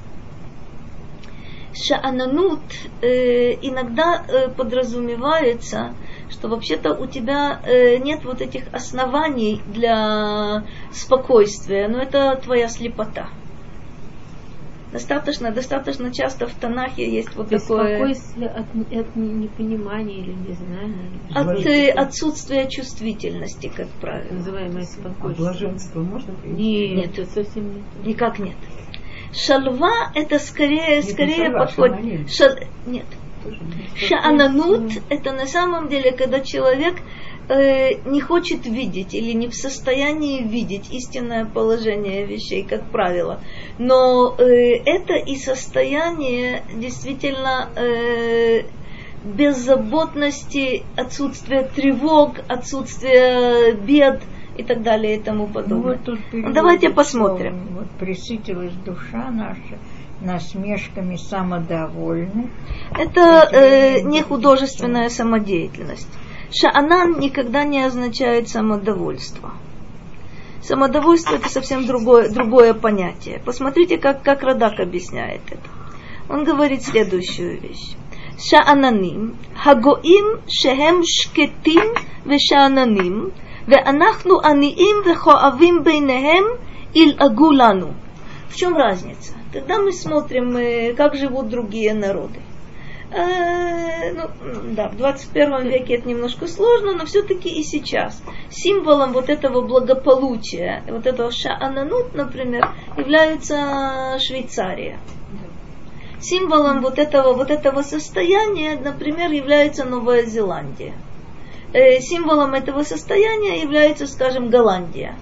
Шаананут э, иногда э, подразумевается, что вообще-то у тебя э, нет вот этих оснований для спокойствия, но это твоя слепота. Достаточно, достаточно часто в Танахе есть вот То такое... спокойствие от, от непонимания или незнания. От э, отсутствия чувствительности, как правило. Называемое спокойствие. А блаженство можно принять? Нет, Нет. это совсем не то. Никак нет. Шалва это скорее, Нет, скорее не шалва, подходит... шаананим. Шал... Нет. Шаананут это на самом деле, когда человек э, не хочет видеть или не в состоянии видеть истинное положение вещей, как правило. Но э, это и состояние действительно э, беззаботности, отсутствия тревог, отсутствия бед и так далее и тому подобное. Ну, вот тут Давайте посмотрим. Что, вот пресытилась душа наша насмешками самодовольных. Это э, не художественная самодеятельность. Шаанан никогда не означает самодовольство. Самодовольство это совсем другое, другое понятие. Посмотрите, как, как Радак объясняет это. Он говорит следующую вещь. Шаананим, хагоим шехем шкетим вешаананим, веанахну аниим вехоавим бейнехем ил агулану. В чем разница? Когда мы смотрим, как живут другие народы. Э, ну, да, в двадцать первом веке это немножко сложно, но все-таки и сейчас. Символом вот этого благополучия, вот этого шаананут, например, является Швейцария. Символом вот этого, вот этого состояния, например, является Новая Зеландия. Э, символом этого состояния является, скажем, Голландия.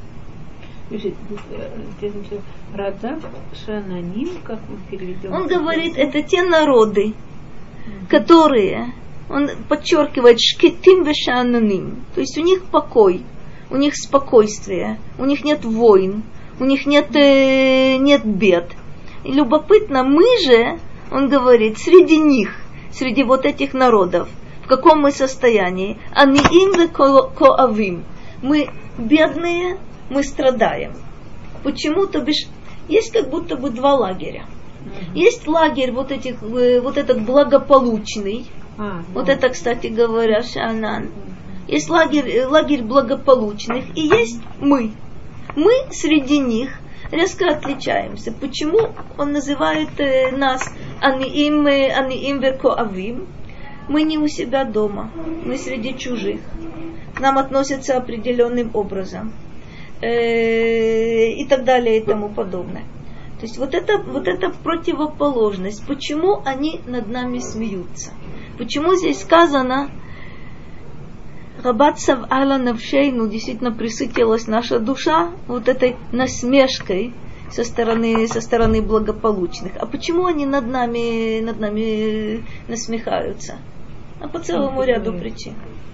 Радак, Шаананим, как мы переведем? Он говорит, это те народы, которые, он подчеркивает, шкетим вешаананим, то есть у них покой, у них спокойствие, у них нет войн, у них нет, э, нет бед. И любопытно, мы же, он говорит, среди них, среди вот этих народов, в каком мы состоянии? Аниим векоавим. Мы бедные, мы страдаем. Почему? То бишь, есть как будто бы два лагеря. Mm-hmm. Есть лагерь вот этих, вот этот благополучный. Ah, вот yeah. Это, кстати говоря, Шаанан. Mm-hmm. Есть лагерь, лагерь благополучных. И есть мы. Мы среди них резко отличаемся. Почему он называет э, нас аниим, аниим веркоавим? Мы не у себя дома. Мы среди чужих. К нам относятся определенным образом. И так далее и тому подобное. То есть вот это, вот это противоположность. Почему они над нами смеются? Почему здесь сказано Рабат сав'ала навшейну, действительно присытилась наша душа вот этой насмешкой со стороны, со стороны благополучных. А почему они над нами, над нами насмехаются? А по целому ряду причин.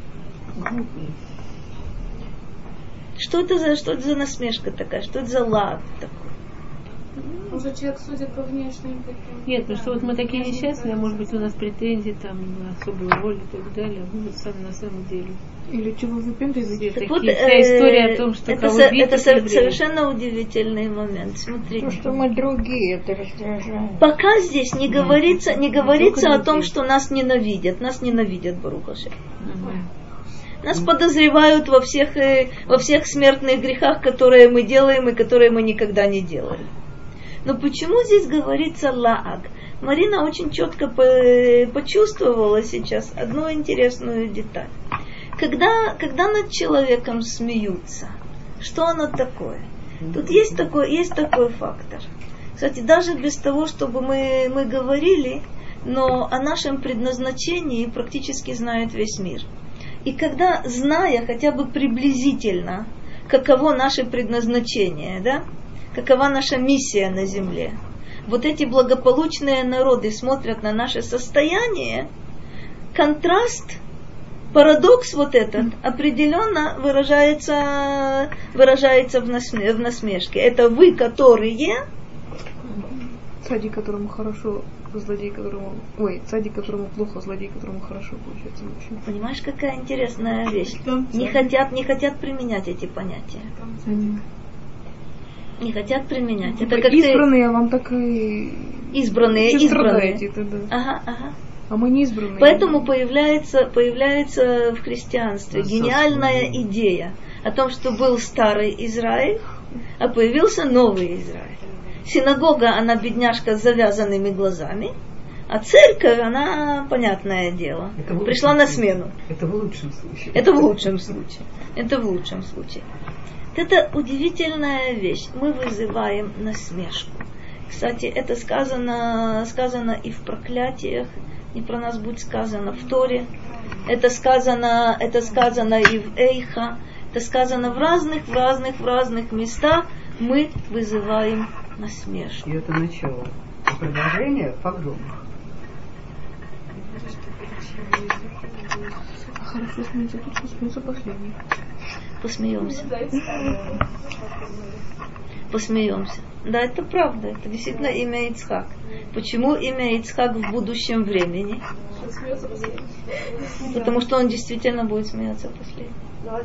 Что это за, что это за насмешка такая? Что это за лад такой? Может, человек судит по внешним каким-то... Нет, потому что вот мы такие несчастные, а может быть у нас претензии там на особую роль и так далее, а мы сами на самом деле. Или чего выпендриваете? Так такие, вот, вся история э, о том, что это, кого со, бить, это со, евреи. совершенно удивительный момент. Смотрите. То, что мы другие, это раздражает. Пока здесь не говорится, не говорится о том, людей. что нас ненавидят. Нас ненавидят, Барух Ашем. Нас подозревают во всех, во всех смертных грехах, которые мы делаем и которые мы никогда не делали. Но почему здесь говорится лаад? Марина очень четко почувствовала сейчас одну интересную деталь. Когда, когда над человеком смеются, что оно такое? Тут есть такой, есть такой фактор. Кстати, даже без того, чтобы мы, мы говорили, но о нашем предназначении практически знает весь мир. И когда, зная хотя бы приблизительно, каково наше предназначение, да, какова наша миссия на земле, вот эти благополучные народы смотрят на наше состояние, контраст, парадокс вот этот определенно выражается, выражается в, насме, в насмешке. Это вы, которые... Цадик, которому хорошо, злодей, которому... Ой, цадик, которому плохо, злодей, которому хорошо, получается. Вообще. Понимаешь, какая интересная вещь? Не хотят, не хотят применять эти понятия. Цадик. Не хотят применять. Типа Это как избранные, ты... а вам так и... Избранные, Чуть избранные. страдаете тогда. Ага, ага. А мы не избранные. Поэтому появляется, появляется в христианстве гениальная идея о том, что был старый Израиль, а появился новый Израиль. Синагога, она бедняжка с завязанными глазами, а церковь, она, понятное дело, пришла на смену. Это в лучшем случае. Это в лучшем случае. Это в лучшем случае. Это удивительная вещь. Мы вызываем насмешку. Кстати, это сказано, сказано и в проклятиях, и про нас будет сказано в Торе. Это сказано, это сказано и в Эйха. Это сказано в разных, в разных, в разных местах. Мы вызываем насмешку. И это начало. А продолжение в погромах. Хорошо смеется, тут посмеется последний. Посмеемся. Посмеемся. Да, это правда. Это действительно имя Ицхак. Почему имя Ицхак в будущем времени? Потому что он действительно будет смеяться последним.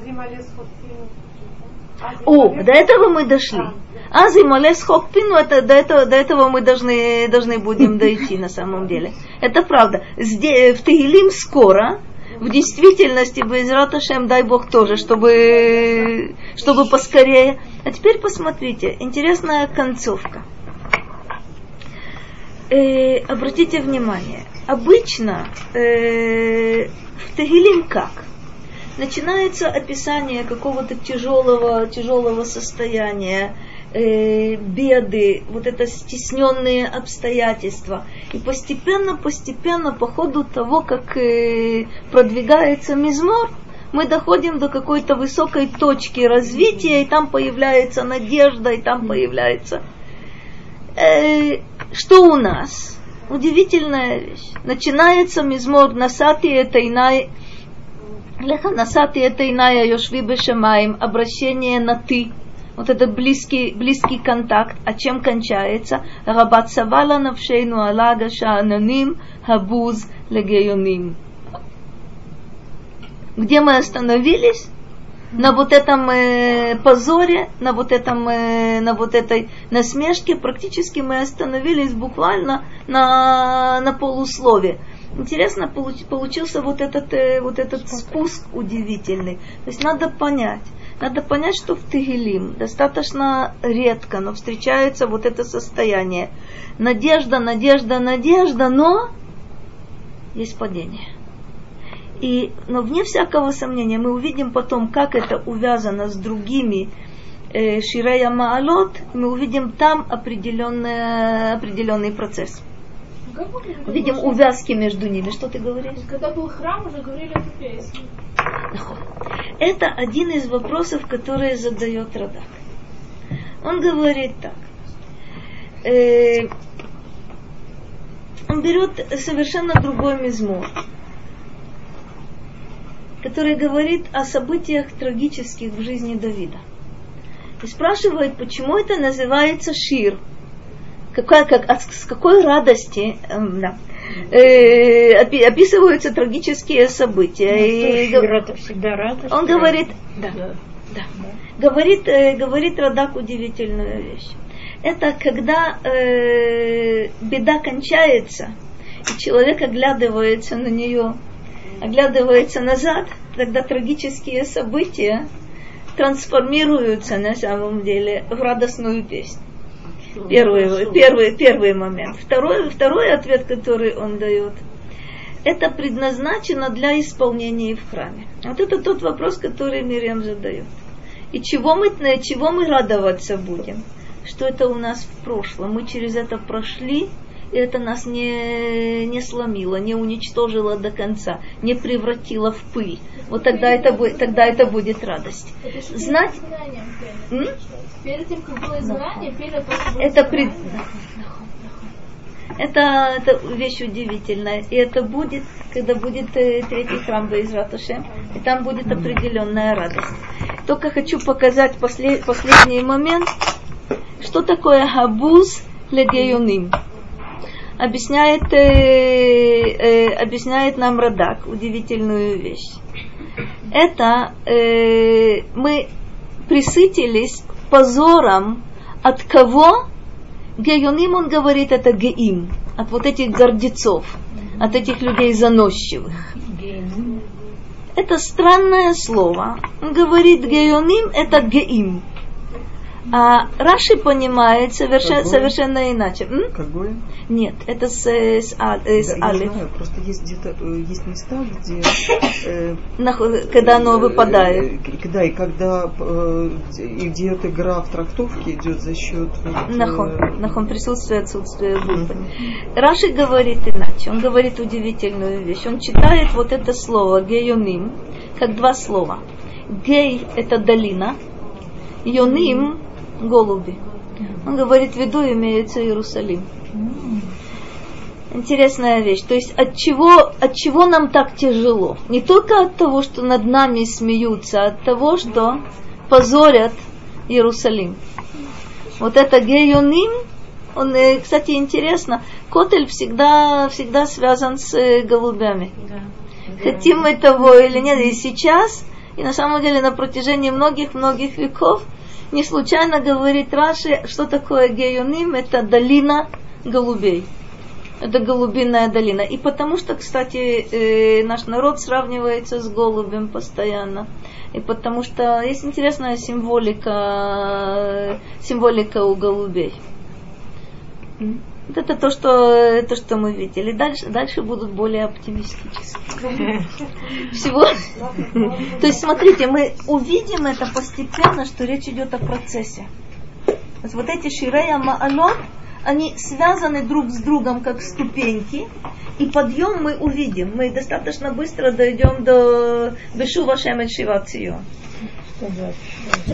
О, до этого мы дошли. Азы малес хокпину, это до этого, до этого мы должны, должны будем дойти на самом деле. Это правда. Здесь, в Тегилим скоро, в действительности, Бе'эзрат Ашем, дай Бог тоже, чтобы, чтобы поскорее. А теперь посмотрите, интересная концовка. Э, обратите внимание, обычно э, в Тегилим как? Начинается описание какого-то тяжелого, тяжелого состояния, э, беды, вот это стесненные обстоятельства. И постепенно, постепенно, по ходу того, как э, продвигается мизмор, мы доходим до какой-то высокой точки развития, и там появляется надежда, и там появляется... Э, что у нас? Удивительная вещь. Начинается мизмор «Насати этайнай», Леха насати это иная йошви бешамаим, обращение на ты, вот это близкий, близкий контакт. А чем кончается? Рабат савала навшейну алага шаананим хабуз легеюним. Где мы остановились? На вот этом э, позоре, на вот этом, э, на вот этой насмешке. Практически мы остановились буквально на, на полуслове. Интересно, получился вот этот, вот этот спуск удивительный. То есть надо понять, надо понять, что в Тегилим достаточно редко, но встречается вот это состояние. Надежда, надежда, надежда, но есть падение. И, но вне всякого сомнения мы увидим потом, как это увязано с другими э, Ширея Маалот, мы увидим там определенный, определенный процесс. Видим увязки между ними. Что ты говоришь? Когда был храм, уже говорили эту песню. Это один из вопросов, которые задает Радак. Он говорит так. Э, он берет совершенно другой мизмор, который говорит о событиях трагических в жизни Давида. И спрашивает, почему это называется шир. Какая, как, с какой радости э, да, э, описываются трагические события. Ну, и, шир, это всегда радость. Он говорит, да, да. Да, да. Говорит, э, говорит Радак удивительную вещь. Это когда э, беда кончается, и человек оглядывается на нее, оглядывается назад, тогда трагические события трансформируются на самом деле в радостную песню. Первый, первый, первый момент. Второй, второй ответ, который он дает, это предназначено для исполнения в храме. Вот это тот вопрос, который Мирьям задает. И чего мы, чего мы радоваться будем? Что это у нас в прошлом. Мы через это прошли, и это нас не, не сломило, не уничтожило до конца, не превратило в пыль. Вот тогда это, будет, тогда это будет радость. Знать... Перед тем, как было изгнание, пели то, что было это, пред... это, это вещь удивительная. И это будет, когда будет э, третий храм Бе'эзрат Ашем, и там будет определенная радость. Только хочу показать послед... последний момент, что такое хабуз легеюним. Объясняет, э, э, объясняет нам Радак удивительную вещь. Это э, мы присытились позором от кого? Геюним, он говорит, это геим, от вот этих гордецов, от этих людей заносчивых. Это странное слово. Он говорит, геюним это геим. А Раши понимает совершенно, Как совершенно иначе. М? Как Гоем? Нет, это с, с, а, с Да, Алиф. я знаю, просто есть где-то э, есть места, где э, Нах- Когда оно выпадает. э, да, и когда э, идет игра в трактовке, идет за счет вот, Нахон, э, нахон, присутствие, отсутствие буквы. Раши говорит иначе, он говорит удивительную вещь. Он читает вот это слово гейоним, как два слова. Гей – это долина, йоним – голуби. Он говорит, в виду имеется Иерусалим. Интересная вещь. То есть от чего, от чего нам так тяжело? Не только от того, что над нами смеются, а от того, что позорят Иерусалим. Вот это гейоним, он, кстати, интересно, Котель всегда, всегда связан с голубями. Да. Хотим мы того или нет, и сейчас, и на самом деле на протяжении многих-многих веков, не случайно говорит Раши, что такое гейоним, это долина голубей. Это голубиная долина. И потому что, кстати, э, наш народ сравнивается с голубем постоянно. И потому что есть интересная символика, символика у голубей. Вот это то, что, то, что мы видели. Дальше, дальше будут более оптимистические. Всего. То есть, смотрите, мы увидим это постепенно, что речь идет о процессе. Вот эти ширея маалот, они связаны друг с другом, как ступеньки, и подъем мы увидим. Мы достаточно быстро дойдем до Бешува Шемет Шива Цион.